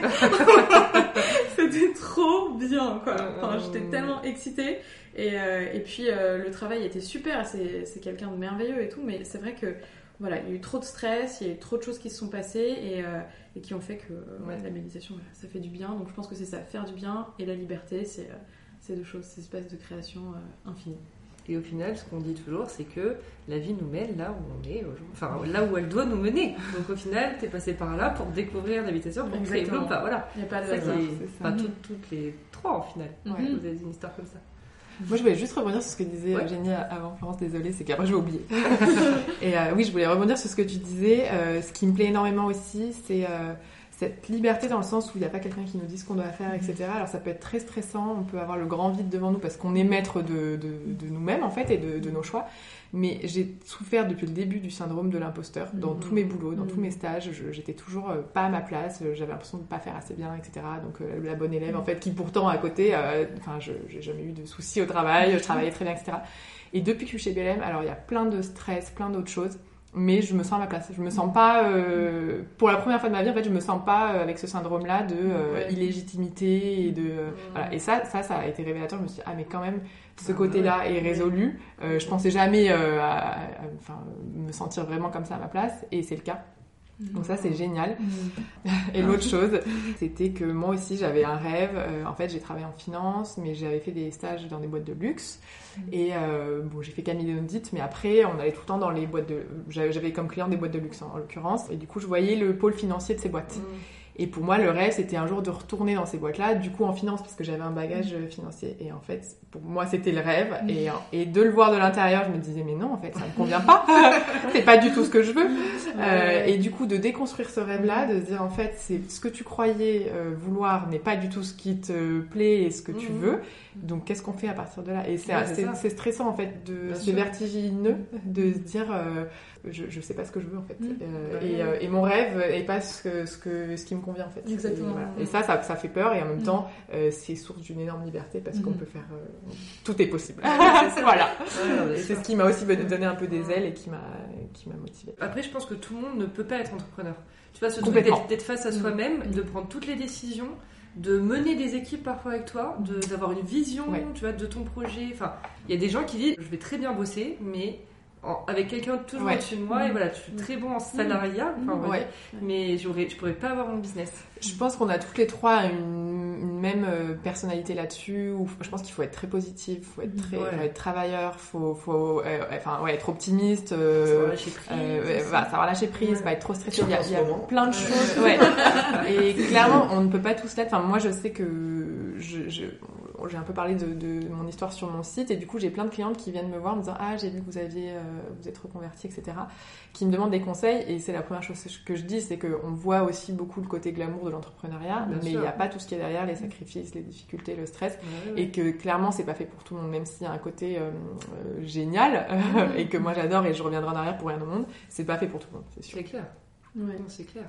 manger? C'était trop bien, quoi. Enfin, j'étais tellement excitée. Et, euh, et puis, euh, le travail était super, c'est, c'est quelqu'un de merveilleux et tout, mais c'est vrai que voilà, il y a eu trop de stress, il y a eu trop de choses qui se sont passées et, euh, et qui ont fait que ouais, la méditation, voilà, ça fait du bien. Donc je pense que c'est ça, faire du bien et la liberté, c'est, euh, c'est deux choses, c'est une espèce de création euh, infinie. Et au final, ce qu'on dit toujours, c'est que la vie nous mène là où on est, enfin là où elle doit nous mener. Donc au final, t'es passé par là pour découvrir la méditation, pour créer le pas, voilà. Il n'y a pas de ça hasard, qui est... c'est ça. Enfin, toutes, toutes les trois, au final. Ouais. Vous avez une histoire comme ça. Moi, je voulais juste rebondir sur ce que disait ouais. Eugénie avant Florence, désolée, c'est qu'après je vais oublier. Et euh, oui, je voulais rebondir sur ce que tu disais. Euh, ce qui me plaît énormément aussi, c'est euh, cette liberté dans le sens où il n'y a pas quelqu'un qui nous dit ce qu'on doit faire, et cetera. Alors ça peut être très stressant, on peut avoir le grand vide devant nous parce qu'on est maître de, de, de nous-mêmes en fait et de, de nos choix. Mais j'ai souffert depuis le début du syndrome de l'imposteur dans mmh. tous mes boulots, dans mmh. tous mes stages. Je, j'étais toujours euh, pas à ma place, j'avais l'impression de pas faire assez bien, et cetera. Donc euh, la bonne élève, en fait, qui pourtant à côté, enfin, euh, je j'ai jamais eu de soucis au travail, je travaillais très bien, et cetera. Et depuis que je suis chez Belém, alors il y a plein de stress, plein d'autres choses, mais je me sens à ma place. Je me sens pas, euh, pour la première fois de ma vie, en fait, je me sens pas euh, avec ce syndrome-là de euh, ouais. illégitimité et de euh, mmh. voilà. Et ça, ça, ça a été révélateur. Je me suis dit, ah mais quand même. Ce côté-là est résolu. Euh, je pensais jamais euh, à, à, à, enfin, me sentir vraiment comme ça à ma place, et c'est le cas. Donc ça, c'est génial. Mmh. Et l'autre chose, c'était que moi aussi, j'avais un rêve. Euh, en fait, j'ai travaillé en finance, mais j'avais fait des stages dans des boîtes de luxe. Mmh. Et euh, bon, j'ai fait Camille Audit, mais après, on allait tout le temps dans les boîtes de... J'avais comme client des boîtes de luxe, en, en l'occurrence. Et du coup, je voyais le pôle financier de ces boîtes. Mmh. Et pour moi, le rêve, c'était un jour de retourner dans ces boîtes-là, du coup en finance, parce que j'avais un bagage mmh. financier. Et en fait, pour moi, c'était le rêve. Mmh. Et, et de le voir de l'intérieur, je me disais, mais non, en fait, ça me convient pas. C'est pas du tout ce que je veux. Ouais. Euh, et du coup, de déconstruire ce rêve-là, de se dire, en fait, c'est ce que tu croyais euh, vouloir n'est pas du tout ce qui te plaît et ce que mmh. tu veux. Donc, qu'est-ce qu'on fait à partir de là? Et c'est, ouais, c'est, c'est, c'est stressant, en fait, de, c'est vertigineux de se dire, euh, je, je sais pas ce que je veux, en fait. Mmh. Euh, et, euh, et mon rêve est pas ce, que, ce, que, ce qui me convient, en fait. Exactement. Et, voilà. Et ça, ça, ça fait peur, et en même mmh. temps, euh, c'est source d'une énorme liberté, parce mmh. qu'on peut faire... Euh, tout est possible. Voilà. Ouais, c'est ce qui m'a aussi donné un peu des ailes et qui m'a, qui m'a motivée. Après, je pense que tout le monde ne peut pas être entrepreneur. Tu vois, ce truc d'être, d'être face à soi-même, mmh. de prendre toutes les décisions, de mener des équipes parfois avec toi, de, d'avoir une vision, ouais. tu vois, de ton projet. Enfin, il y a des gens qui disent, je vais très bien bosser, mais en, avec quelqu'un toujours ouais. au-dessus de moi, mmh. et voilà, je suis très bon en salariat, mmh. enfin, ouais. mais j'aurais, je pourrais pas avoir mon business. Je pense qu'on a toutes les trois une, une même personnalité là-dessus, où je pense qu'il faut être très positif, faut être très, ouais. faut être travailleur, faut, faut, euh, enfin, ouais, être optimiste, euh, savoir lâcher prise, euh, bah, savoir lâcher prise, ouais. pas être trop stressé. Il y a, il y a plein de choses, ouais. Et clairement, on ne peut pas tous l'être. Enfin, moi, je sais que je, je j'ai un peu parlé de, de mon histoire sur mon site, et du coup j'ai plein de clientes qui viennent me voir me disant ah j'ai vu que vous aviez euh, vous êtes reconvertie, etc., qui me demandent des conseils. Et c'est la première chose que je dis, c'est qu'on voit aussi beaucoup le côté glamour de l'entrepreneuriat, bien mais il n'y a pas tout ce qui est derrière, les sacrifices, les difficultés, le stress, ouais, ouais. et que clairement c'est pas fait pour tout le monde, même s'il y a un côté euh, euh, génial mmh. et que moi j'adore et je reviendrai en arrière pour rien au monde, c'est pas fait pour tout le monde, c'est sûr. C'est clair. Ouais. Non, c'est clair.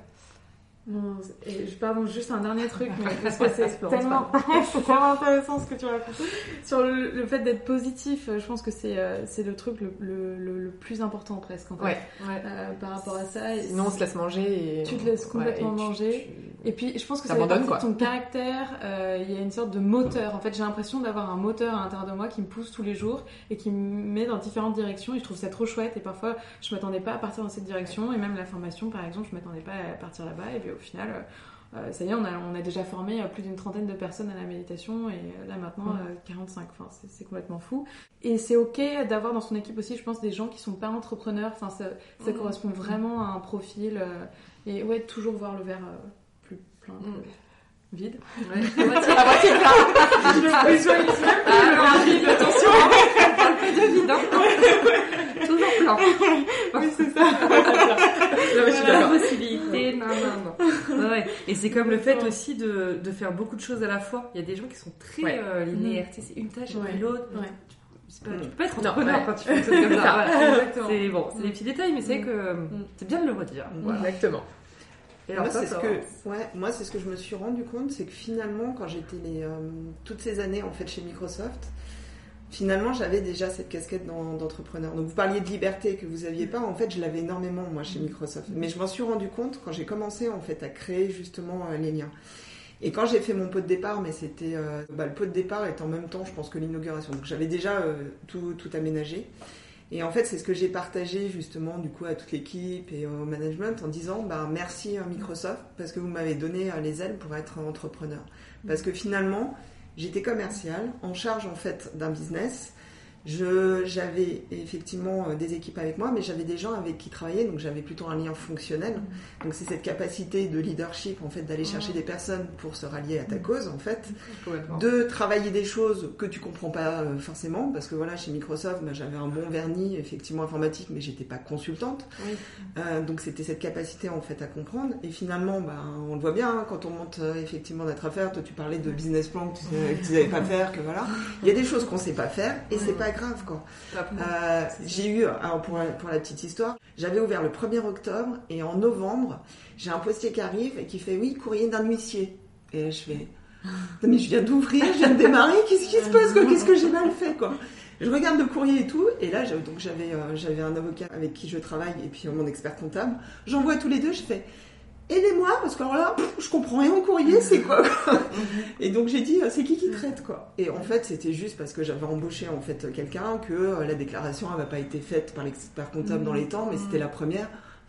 Non, et je pardon, juste un dernier truc, mais parce que c'est tellement, c'est tellement intéressant ce que tu racontes sur le, le fait d'être positif. Je pense que c'est euh, c'est le truc le, le, le, le plus important presque en fait, ouais, ouais. Euh, par rapport à ça. Et sinon on se laisse manger et tu te laisses complètement ouais, et manger. Tu, tu... Et puis je pense que ça fait partie de ton caractère. Il euh, y a une sorte de moteur. En fait, j'ai l'impression d'avoir un moteur à l'intérieur de moi qui me pousse tous les jours et qui me met dans différentes directions. Et je trouve ça trop chouette. Et parfois, je m'attendais pas à partir dans cette direction. Et même la formation, par exemple, je m'attendais pas à partir là-bas. Et puis au final, euh, ça y est, on a, on a déjà formé plus d'une trentaine de personnes à la méditation, et là maintenant euh, quarante-cinq, enfin, c'est, c'est complètement fou. Et c'est ok d'avoir dans son équipe aussi, je pense, des gens qui sont pas entrepreneurs, enfin, ça, ça mmh. correspond vraiment à un profil, euh, et ouais, toujours voir le verre euh, plus plein que mmh. vide. Ouais, à moitié, à moitié plein. Je vais plus jouer ici. Ah, le vide, attention, on parle pas de vide, hein. Toujours plein. Oui, c'est ça. Non, mais je suis d'accord. La possibilité, non, non, non. Ouais. Et c'est comme le fait aussi de, de faire beaucoup de choses à la fois. Il y a des gens qui sont très ouais. euh, linéaires. Mmh. Tu sais, c'est une tâche après ouais. l'autre. Ouais. Tu, pas, tu peux pas être entrepreneur ouais. quand tu fais des choses comme ça. Voilà. C'est bon, c'est mmh. des petits détails, mais c'est mmh. que mmh. c'est bien de le redire. Mmh. Voilà. Exactement. Et alors, moi, ça, c'est ça, ce que, ouais, moi, c'est ce que je me suis rendu compte, c'est que finalement, quand j'étais les, euh, toutes ces années en fait chez Microsoft, finalement, j'avais déjà cette casquette d'entrepreneur. Donc, vous parliez de liberté que vous aviez pas. En fait, je l'avais énormément, moi, chez Microsoft. Mais je m'en suis rendu compte quand j'ai commencé, en fait, à créer, justement, euh, les liens. Et quand j'ai fait mon pot de départ, mais c'était... Euh, bah, le pot de départ est en même temps, je pense, que l'inauguration. Donc, j'avais déjà euh, tout, tout aménagé. Et en fait, c'est ce que j'ai partagé, justement, du coup, à toute l'équipe et au management, en disant, bah, merci à Microsoft, parce que vous m'avez donné euh, les ailes pour être entrepreneur. Parce que finalement... J'étais commerciale, en charge en fait d'un business. Je, j'avais effectivement des équipes avec moi, mais j'avais des gens avec qui travailler, donc j'avais plutôt un lien fonctionnel. Mmh. Donc c'est cette capacité de leadership en fait d'aller chercher mmh. des personnes pour se rallier à ta cause en fait, mmh. de travailler des choses que tu comprends pas forcément, parce que voilà chez Microsoft, bah, j'avais un bon vernis effectivement informatique, mais j'étais pas consultante. Mmh. Euh, donc c'était cette capacité en fait à comprendre. Et finalement, bah, on le voit bien hein, quand on monte euh, effectivement notre affaire. Toi tu parlais de business plan que tu, que tu savais pas faire, que voilà. Il y a des choses qu'on sait pas faire et c'est pas grave quoi. Euh, j'ai eu, alors pour la, pour la petite histoire, j'avais ouvert le premier octobre et en novembre, j'ai un postier qui arrive et qui fait oui, courrier d'un huissier. Et je fais, mais je viens d'ouvrir, je viens de démarrer, qu'est-ce qui se passe quoi? Qu'est-ce que j'ai mal fait quoi? Je regarde le courrier et tout, et là donc j'avais, euh, j'avais un avocat avec qui je travaille et puis mon expert comptable. J'envoie tous les deux, je fais. Aidez-moi, parce que alors là, pff, je comprends rien au courrier, c'est quoi, quoi. Et donc j'ai dit, c'est qui qui traite quoi. Et en fait, c'était juste parce que j'avais embauché en fait quelqu'un, que la déclaration n'avait pas été faite par l'expert comptable dans les temps, mais c'était la première.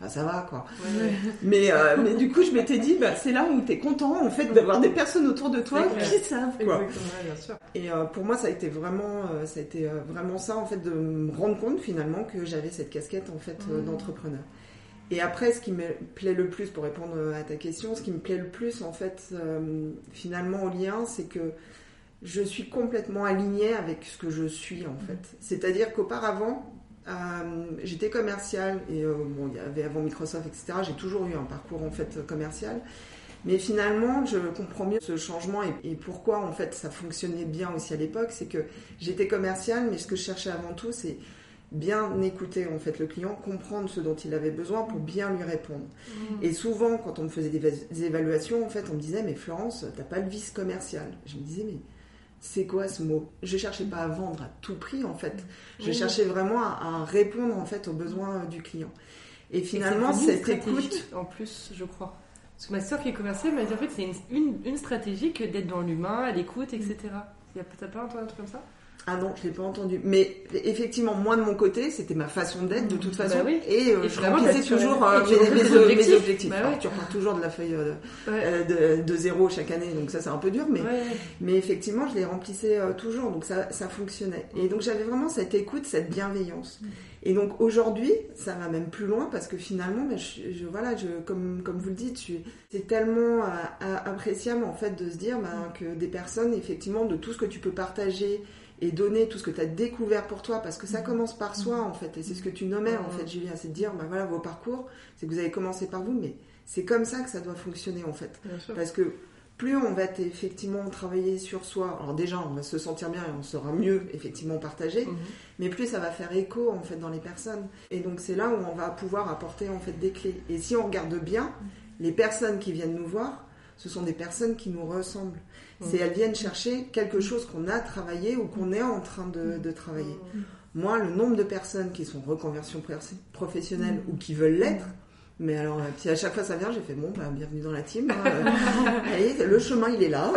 enfin, ça va quoi. Ouais, ouais. Mais, euh, mais du coup, je m'étais dit, bah, c'est là où t'es content en fait d'avoir des personnes autour de toi qui savent quoi. Exactement, ouais, bien sûr. Et euh, pour moi, ça a été vraiment, euh, ça a été euh, vraiment ça en fait de me rendre compte finalement que j'avais cette casquette en fait euh, d'entrepreneur. Et après, ce qui me plaît le plus, pour répondre à ta question, ce qui me plaît le plus en fait euh, finalement au lien, c'est que je suis complètement alignée avec ce que je suis en fait. C'est-à-dire qu'auparavant, euh, j'étais commerciale et euh, bon, il y avait avant Microsoft, et cetera. J'ai toujours eu un parcours en fait commercial. Mais finalement, je comprends mieux ce changement et, et pourquoi en fait ça fonctionnait bien aussi à l'époque. C'est que j'étais commerciale, mais ce que je cherchais avant tout, c'est bien écouter en fait le client, comprendre ce dont il avait besoin pour bien lui répondre. Mmh. Et souvent, quand on me faisait des, des évaluations, en fait, on me disait mais Florence, t'as pas le vice commercial. Je me disais mais c'est quoi ce mot ? Je cherchais pas à vendre à tout prix en fait. Je mmh. cherchais vraiment à, à répondre en fait aux besoins du client. Et finalement, et cette écoute, en plus, je crois. Parce que ma sœur qui est commerciale m'a dit en fait c'est une, une, une stratégie que d'être dans l'humain, à l'écoute, et cetera. T'as pas entendu un truc comme ça ? Ah non, je l'ai pas entendu. Mais effectivement, moi de mon côté, c'était ma façon d'être de toute façon. Bah oui. Et, euh, et je remplissais toujours euh, mes, mes, mes objectifs. Mes objectifs. Bah Alors, oui. Tu repars toujours de la feuille euh, ouais. euh, de, de zéro chaque année, donc ça c'est un peu dur, mais, ouais. mais effectivement, je les remplissais euh, toujours, donc ça, ça fonctionnait. Et donc j'avais vraiment cette écoute, cette bienveillance. Et donc aujourd'hui, ça va même plus loin parce que finalement, ben, je, je, voilà, je, comme, comme vous le dites, je, c'est tellement euh, appréciable en fait de se dire ben, que des personnes, effectivement, de tout ce que tu peux partager et donner tout ce que tu as découvert pour toi, parce que ça commence par soi en fait, et c'est ce que tu nommais en fait, Julien, c'est de dire ben voilà vos parcours, c'est que vous avez commencé par vous, mais c'est comme ça que ça doit fonctionner en fait, parce que plus on va effectivement travailler sur soi, alors déjà on va se sentir bien et on sera mieux effectivement partagé, mmh. mais plus ça va faire écho en fait dans les personnes, et donc c'est là où on va pouvoir apporter en fait des clés. Et si on regarde bien, les personnes qui viennent nous voir, ce sont des personnes qui nous ressemblent. C'est elles viennent chercher quelque chose qu'on a travaillé ou qu'on est en train de, de travailler. Moi, le nombre de personnes qui sont reconversion professionnelle ou qui veulent l'être, mais alors, puis à chaque fois ça vient, j'ai fait bon, bah, bienvenue dans la team. Hein. Allez, le chemin il est là.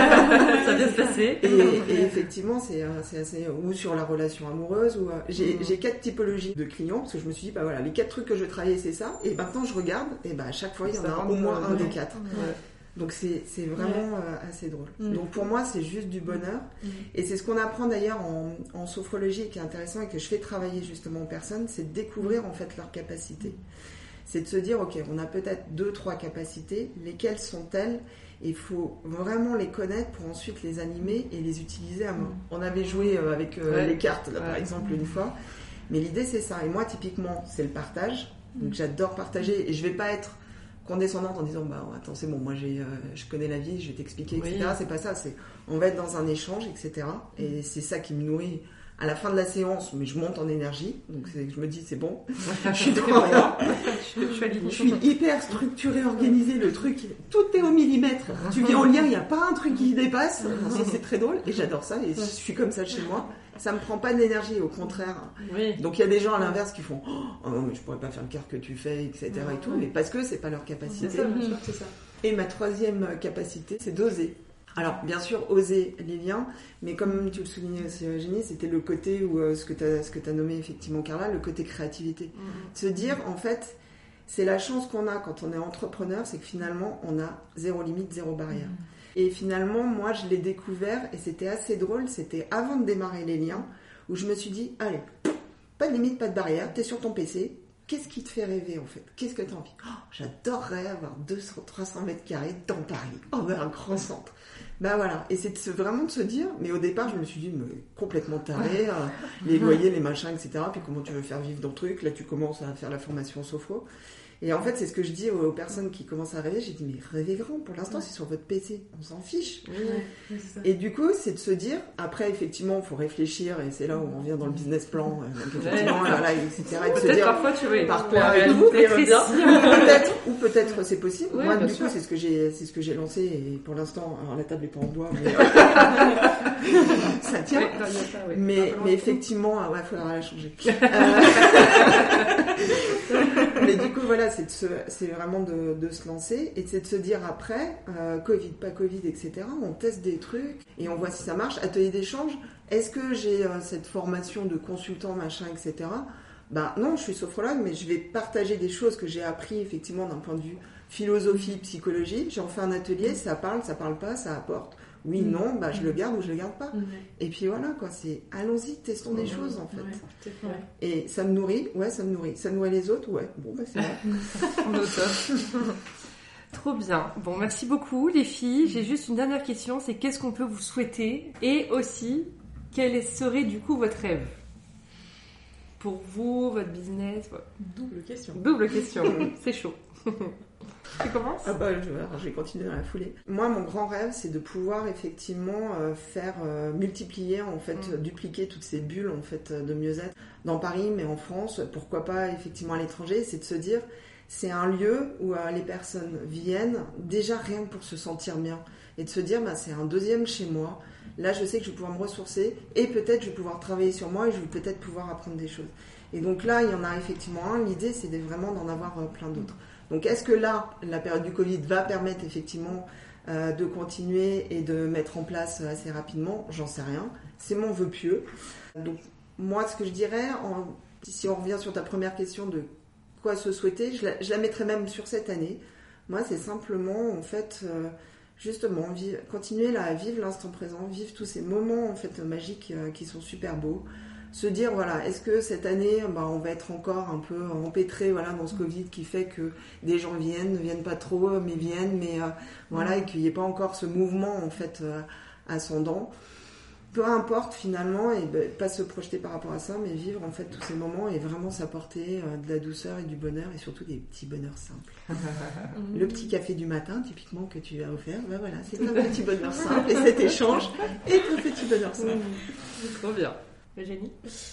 Ça vient se passer. Et, et effectivement, c'est, c'est assez. Ou sur la relation amoureuse. Ou j'ai, j'ai quatre typologies de clients parce que je me suis dit, bah voilà, les quatre trucs que je veux travailler, c'est ça. Et maintenant, je regarde, et bah à chaque fois, il y en a au moins un des quatre. Ouais. Donc c'est, c'est vraiment ouais. euh, assez drôle. Mmh. Donc pour moi, c'est juste du bonheur. Mmh. Et c'est ce qu'on apprend d'ailleurs en, en sophrologie qui est intéressant et que je fais travailler justement aux personnes, c'est de découvrir en fait leurs capacités. C'est de se dire, ok, on a peut-être deux, trois capacités, lesquelles sont-elles ? Et il faut vraiment les connaître pour ensuite les animer et les utiliser à mort. Mmh. On avait joué avec euh, ouais. les cartes, là, ouais. par exemple, une fois. Mais l'idée, c'est ça. Et moi, typiquement, c'est le partage. Donc j'adore partager et je vais pas être condescendante en disant bah attends c'est bon moi j'ai euh, je connais la vie je vais t'expliquer etc. Oui. C'est pas ça, c'est on va être dans un échange etc. Et c'est ça qui me nourrit à la fin de la séance, mais je monte en énergie donc c'est, je me dis c'est bon je suis dans je, je, je suis hyper structurée, organisée, le truc tout est au millimètre, tu viens au lien, il n'y a pas un truc qui dépasse, c'est, c'est très drôle et j'adore ça et je suis comme ça chez moi. Ça me prend pas d'énergie, au contraire. Oui. Donc il y a des gens à l'inverse qui font oh non mais je pourrais pas faire le quart que tu fais, et cetera. Et tout, mais parce que c'est pas leur capacité. C'est ça, bien sûr, c'est ça. Et ma troisième capacité, c'est d'oser. Alors bien sûr oser les liens, mais comme tu le soulignais aussi Eugénie, c'était le côté où euh, ce que t'as ce que t'as nommé effectivement Carla, le côté créativité. Mmh. Se dire en fait, c'est la chance qu'on a quand on est entrepreneur, c'est que finalement on a zéro limite, zéro barrière. Mmh. Et finalement, moi, je l'ai découvert et c'était assez drôle. C'était avant de démarrer les liens où je me suis dit, allez, pas de limite, pas de barrière, t'es sur ton P C. Qu'est-ce qui te fait rêver en fait ? Qu'est-ce que t'as envie ? Oh, j'adorerais avoir deux cents, trois cents mètres carrés dans Paris. Oh, ben un grand centre. Ben voilà. Et c'est de se, vraiment de se dire, mais au départ, je me suis dit, mais complètement taré, euh, les loyers, les machins, et cetera. Puis comment tu veux faire vivre dans le truc ? Là, tu commences à faire la formation sophro. Et en fait, c'est ce que je dis aux personnes qui commencent à rêver. J'ai dit, mais rêvez grand. Pour l'instant, ouais. c'est sur votre P C. On s'en fiche. Ouais, ouais, c'est ça. Et du coup, c'est de se dire, après, effectivement, il faut réfléchir. Et c'est là où on revient dans le business plan. Donc, effectivement, ouais. là, là, et cetera. Et de peut-être se dire, parfois, tu vois, par quoi et tout. Peut-être, ou peut-être c'est possible. Ouais, Moi, du sûr. coup, c'est ce que j'ai, c'est ce que j'ai lancé. Et pour l'instant, alors la table n'est pas en bois, mais ça tient. Ouais, non, ça, ouais. Mais, mais effectivement, il ouais, faudra la changer. Mais du coup, voilà, c'est, de se, c'est vraiment de, de se lancer et c'est de se dire après, euh, Covid, pas Covid, et cetera. On teste des trucs et on voit si ça marche. Atelier d'échange, est-ce que j'ai euh, cette formation de consultant, machin, et cetera. Ben non, je suis sophrologue, mais je vais partager des choses que j'ai appris effectivement d'un point de vue philosophie, psychologie. J'en fais un atelier, ça parle, ça parle pas, ça apporte. Oui, mmh. non, bah je le garde ou je le garde pas. Mmh. Et puis voilà, quoi, c'est allons-y, testons mmh. des choses en fait. Ouais, et ça me nourrit, ouais, ça me nourrit. Ça nourrit les autres, ouais. Bon, bah c'est vrai. On est au top. Trop bien. Bon, merci beaucoup les filles. J'ai juste une dernière question, c'est qu'est-ce qu'on peut vous souhaiter et aussi quel serait du coup votre rêve pour vous, votre business. Double question. Double question. C'est chaud. Tu commences ? Ah bah, je, alors, je vais continuer dans la foulée. Moi, mon grand rêve, c'est de pouvoir effectivement euh, faire euh, multiplier, en fait, mmh. dupliquer toutes ces bulles en fait de mieux-être dans Paris, mais en France. Pourquoi pas effectivement à l'étranger ? C'est de se dire, c'est un lieu où euh, les personnes viennent déjà rien que pour se sentir bien et de se dire, bah, c'est un deuxième chez moi. Là, je sais que je vais pouvoir me ressourcer et peut-être je vais pouvoir travailler sur moi et je vais peut-être pouvoir apprendre des choses. Et donc là, il y en a effectivement un. L'idée, c'est de vraiment d'en avoir euh, plein d'autres. Donc, est-ce que là, la période du Covid va permettre effectivement euh, de continuer et de mettre en place assez rapidement ? J'en sais rien. C'est mon vœu pieux. Donc, moi, ce que je dirais, en, si on revient sur ta première question de quoi se souhaiter, je la, je la mettrais même sur cette année. Moi, c'est simplement, en fait, euh, justement, vivre, continuer là, à vivre l'instant présent, vivre tous ces moments, en fait, magiques euh, qui sont super beaux. Se dire, voilà, est-ce que cette année, bah, on va être encore un peu empêtré voilà, dans ce Covid qui fait que des gens viennent, ne viennent pas trop, mais viennent, mais euh, voilà, et qu'il n'y ait pas encore ce mouvement en fait euh, ascendant. Peu importe finalement, et bah, pas se projeter par rapport à ça, mais vivre en fait tous ces moments et vraiment s'apporter euh, de la douceur et du bonheur et surtout des petits bonheurs simples. Le petit café du matin, typiquement, que tu as offert, bah, voilà, c'est un petit bonheur simple et cet échange est un petit bonheur simple. Trop bien. Eugénie ?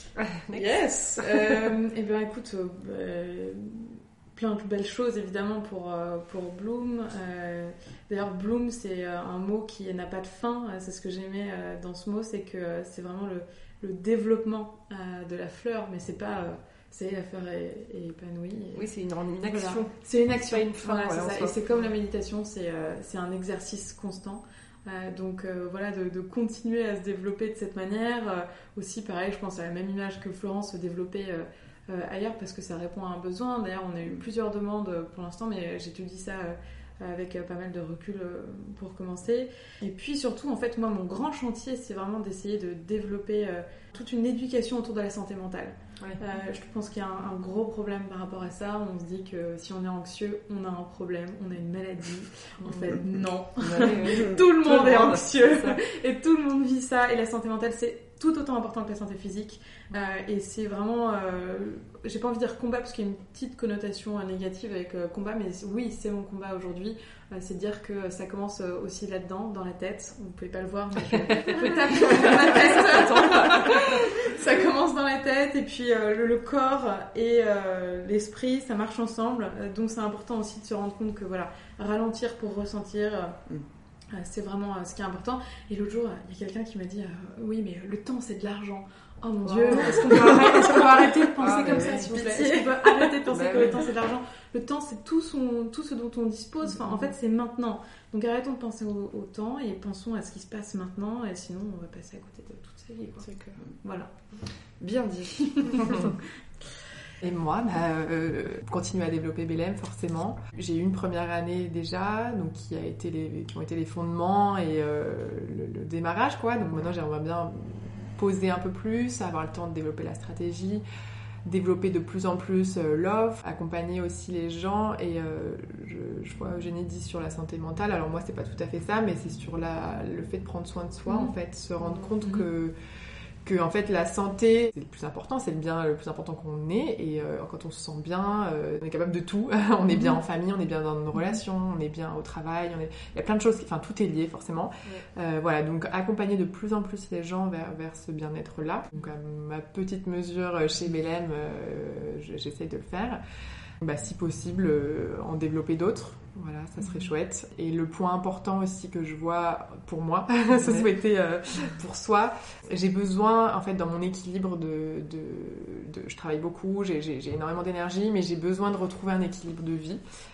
Yes. euh, et bien écoute, euh, plein de belles choses évidemment pour euh, pour Bloom. Euh, d'ailleurs, Bloom c'est un mot qui n'a pas de fin. C'est ce que j'aimais euh, dans ce mot, c'est que euh, c'est vraiment le, le développement euh, de la fleur, mais c'est pas euh, c'est la fleur est, est épanouie. Et... Oui, c'est une, une action. Voilà. C'est une action. C'est pas une fin. Voilà, voilà, c'est ça. Et c'est comme la méditation, c'est euh, c'est un exercice constant. Euh, donc euh, voilà, de, de continuer à se développer de cette manière. Euh, aussi, pareil, je pense à la même image que Florence, se développer euh, euh, ailleurs parce que ça répond à un besoin. D'ailleurs, on a eu plusieurs demandes pour l'instant, mais j'étudie ça euh, avec euh, pas mal de recul euh, pour commencer. Et puis surtout, en fait, moi, mon grand chantier, c'est vraiment d'essayer de développer euh, toute une éducation autour de la santé mentale. Ouais. Euh, je pense qu'il y a un, un gros problème par rapport à ça. On se dit que si on est anxieux, on a un problème, on a une maladie. En fait, non. Tout le monde est anxieux et tout le monde vit ça. Et la santé mentale, c'est tout autant important que la santé physique. Euh, et c'est vraiment, euh, j'ai pas envie de dire combat parce qu'il y a une petite connotation euh, négative avec euh, combat, mais oui, c'est mon combat aujourd'hui. Euh, c'est de dire que ça commence euh, aussi là-dedans, dans la tête. Vous pouvez pas le voir, mais je, je tape dans la tête. Ça commence dans la tête, et puis euh, le, le corps et euh, l'esprit, ça marche ensemble. Euh, donc c'est important aussi de se rendre compte que voilà, ralentir pour ressentir. Euh, mm. C'est vraiment ce qui est important. Et l'autre jour, il y a quelqu'un qui m'a dit euh, oui, mais le temps, c'est de l'argent. Oh mon Dieu, oh. Est-ce qu'on peut arrêter, est-ce qu'on peut arrêter de penser ah, comme ça, s'il vous plaît ? Est-ce qu'on peut arrêter de penser bah, que oui. le temps, c'est de l'argent ? Le temps, c'est tout, son, tout ce dont on dispose. Enfin, en fait, c'est maintenant. Donc, arrêtons de penser au, au temps et pensons à ce qui se passe maintenant. Et sinon, on va passer à côté de toute sa vie. Quoi. C'est que, voilà. Bien dit. Et moi, bah, euh, continuer à développer Belém, forcément. J'ai eu une première année déjà, donc qui a été les, qui ont été les fondements et euh, le, le démarrage, quoi. Donc maintenant, j'aimerais bien poser un peu plus, avoir le temps de développer la stratégie, développer de plus en plus euh, l'offre, accompagner aussi les gens. Et euh, je, je vois Eugénie dit sur la santé mentale. Alors moi, c'est pas tout à fait ça, mais c'est sur la, le fait de prendre soin de soi, mmh. en fait, se rendre compte mmh. que que en fait la santé c'est le plus important, c'est le bien le plus important qu'on ait, et euh, quand on se sent bien, euh, on est capable de tout. On est bien en famille, on est bien dans nos relations, on est bien au travail, on est... il y a plein de choses, enfin tout est lié forcément. Ouais. Euh, voilà, donc accompagner de plus en plus les gens vers, vers ce bien-être là. Donc à ma petite mesure chez Belém, euh, j'essaie de le faire. Bah, si possible, euh, en développer d'autres. Voilà, ça serait chouette. Et le point important aussi que je vois pour moi, se ouais. souhaiter euh, pour soi, j'ai besoin, en fait, dans mon équilibre de... de, de je travaille beaucoup, j'ai, j'ai, j'ai énormément d'énergie, mais j'ai besoin de retrouver un équilibre de vie.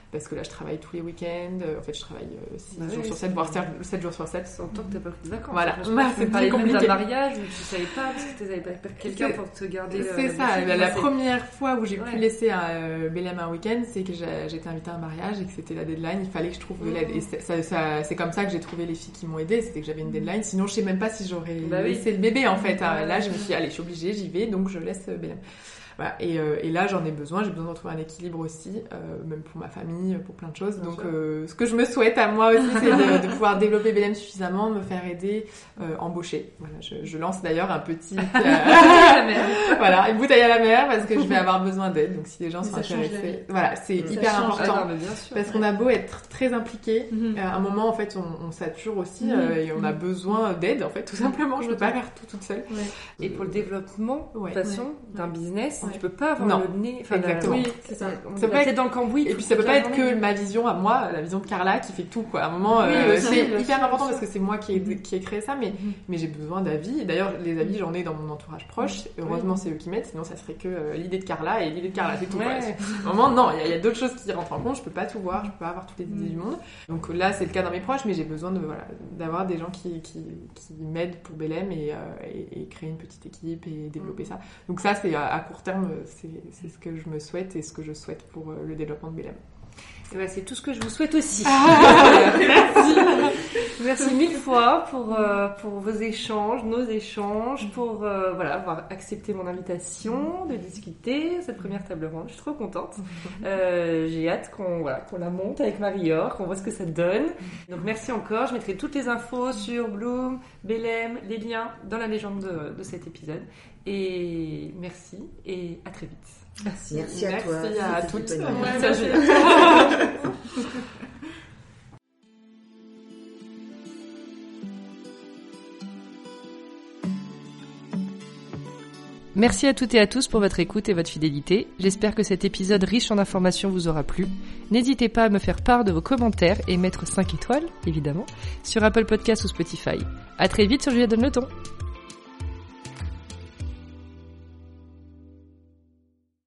parce que là je travaille tous les week-ends, en fait je travaille six bah jours oui, sur sept, voire sept jours sur sept. En tant que t'as pas pris de vacances. Voilà, je bah, pense que c'est tu parlais plus même d'un compliqué. mariage où tu savais pas parce que t'avais pas quelqu'un C'est- pour te garder. C'est le, ça, le la, la c'est- première fois où j'ai Ouais. pu laisser euh, Bélem un week-end, c'est que j'ai- j'étais invitée à un mariage et que c'était la deadline, il fallait que je trouve de l'aide. Et c'est, ça, ça- c'est comme ça que j'ai trouvé les filles qui m'ont aidée, c'était que j'avais une deadline, sinon je sais même pas si j'aurais Bah oui. laissé le bébé en fait. Ouais. Là je me suis dit, allez, je suis obligée, j'y vais, donc je laisse Bélem. Voilà. Et, euh, et là, j'en ai besoin. J'ai besoin de retrouver un équilibre aussi, euh, même pour ma famille, pour plein de choses. Bien Donc, sûr. euh, ce que je me souhaite à moi aussi, c'est de, de pouvoir développer Bélem suffisamment, me faire aider, euh, embaucher. Voilà, je, je lance d'ailleurs un petit, euh, voilà, une bouteille à la mer parce que je vais avoir besoin d'aide. Donc, si les gens Mais sont ça change la intéressés, vie. voilà, c'est Ça hyper change la important. Ah non, mais bien sûr. Parce qu'on a beau être très impliqué, Mhm. à un moment en fait on, on sature aussi Mhm. euh, et on a besoin d'aide en fait tout simplement. Je peux pas faire tout toute seule. Ouais. Et pour le développement, de Ouais. toute façon, Ouais. d'un business, Ouais. tu peux pas avoir Non. le nez. Enfin, Exactement. la- Oui, c'est ça. on Ça a peut la être- tête dans le cambouis. Et puis ça peut toute pas la être journée. que ma vision à moi, la vision de Carla qui fait tout quoi. À un moment, Oui, euh, bien sûr, c'est bien hyper sûr, important bien parce que c'est moi qui ai, qui ai créé ça, mais, Mhm. mais j'ai besoin d'avis. Et d'ailleurs, les avis, j'en ai dans mon entourage proche. Heureusement, c'est eux qui m'aident, sinon ça serait que euh, l'idée de Carla et l'idée de Carla, c'est tout. quoi. Ouais. À un moment, non, il y a, il y a d'autres choses qui rentrent en compte. Je peux pas tout voir, je peux pas avoir toutes les idées du monde. Donc là, c'est le cas dans mes proches, mais j'ai besoin de voilà d'avoir des gens qui, qui, qui m'aident pour Bélem et, euh, et, et créer une petite équipe et développer ça. Donc ça, c'est à, à court terme, c'est, c'est ce que je me souhaite et ce que je souhaite pour euh, le développement de Bélem. Eh ben, c'est tout ce que je vous souhaite aussi. Merci. Merci mille fois pour, euh, pour vos échanges, nos échanges, pour euh, voilà, avoir accepté mon invitation de discuter cette première table ronde. Je suis trop contente. Euh, j'ai hâte qu'on, voilà, qu'on la monte avec Marie-Or, qu'on voit ce que ça donne. Donc merci encore. Je mettrai toutes les infos sur Bloom, Bélem, les liens dans la légende de, de cet épisode. Et merci et à très vite. Merci. Merci à toi. Merci à C'était toutes. super. Ouais, Merci. Merci à toutes et à tous pour votre écoute et votre fidélité. J'espère que cet épisode riche en informations vous aura plu. N'hésitez pas à me faire part de vos commentaires et mettre cinq étoiles, évidemment, sur Apple Podcasts ou Spotify. À très vite sur Julia Donne le ton.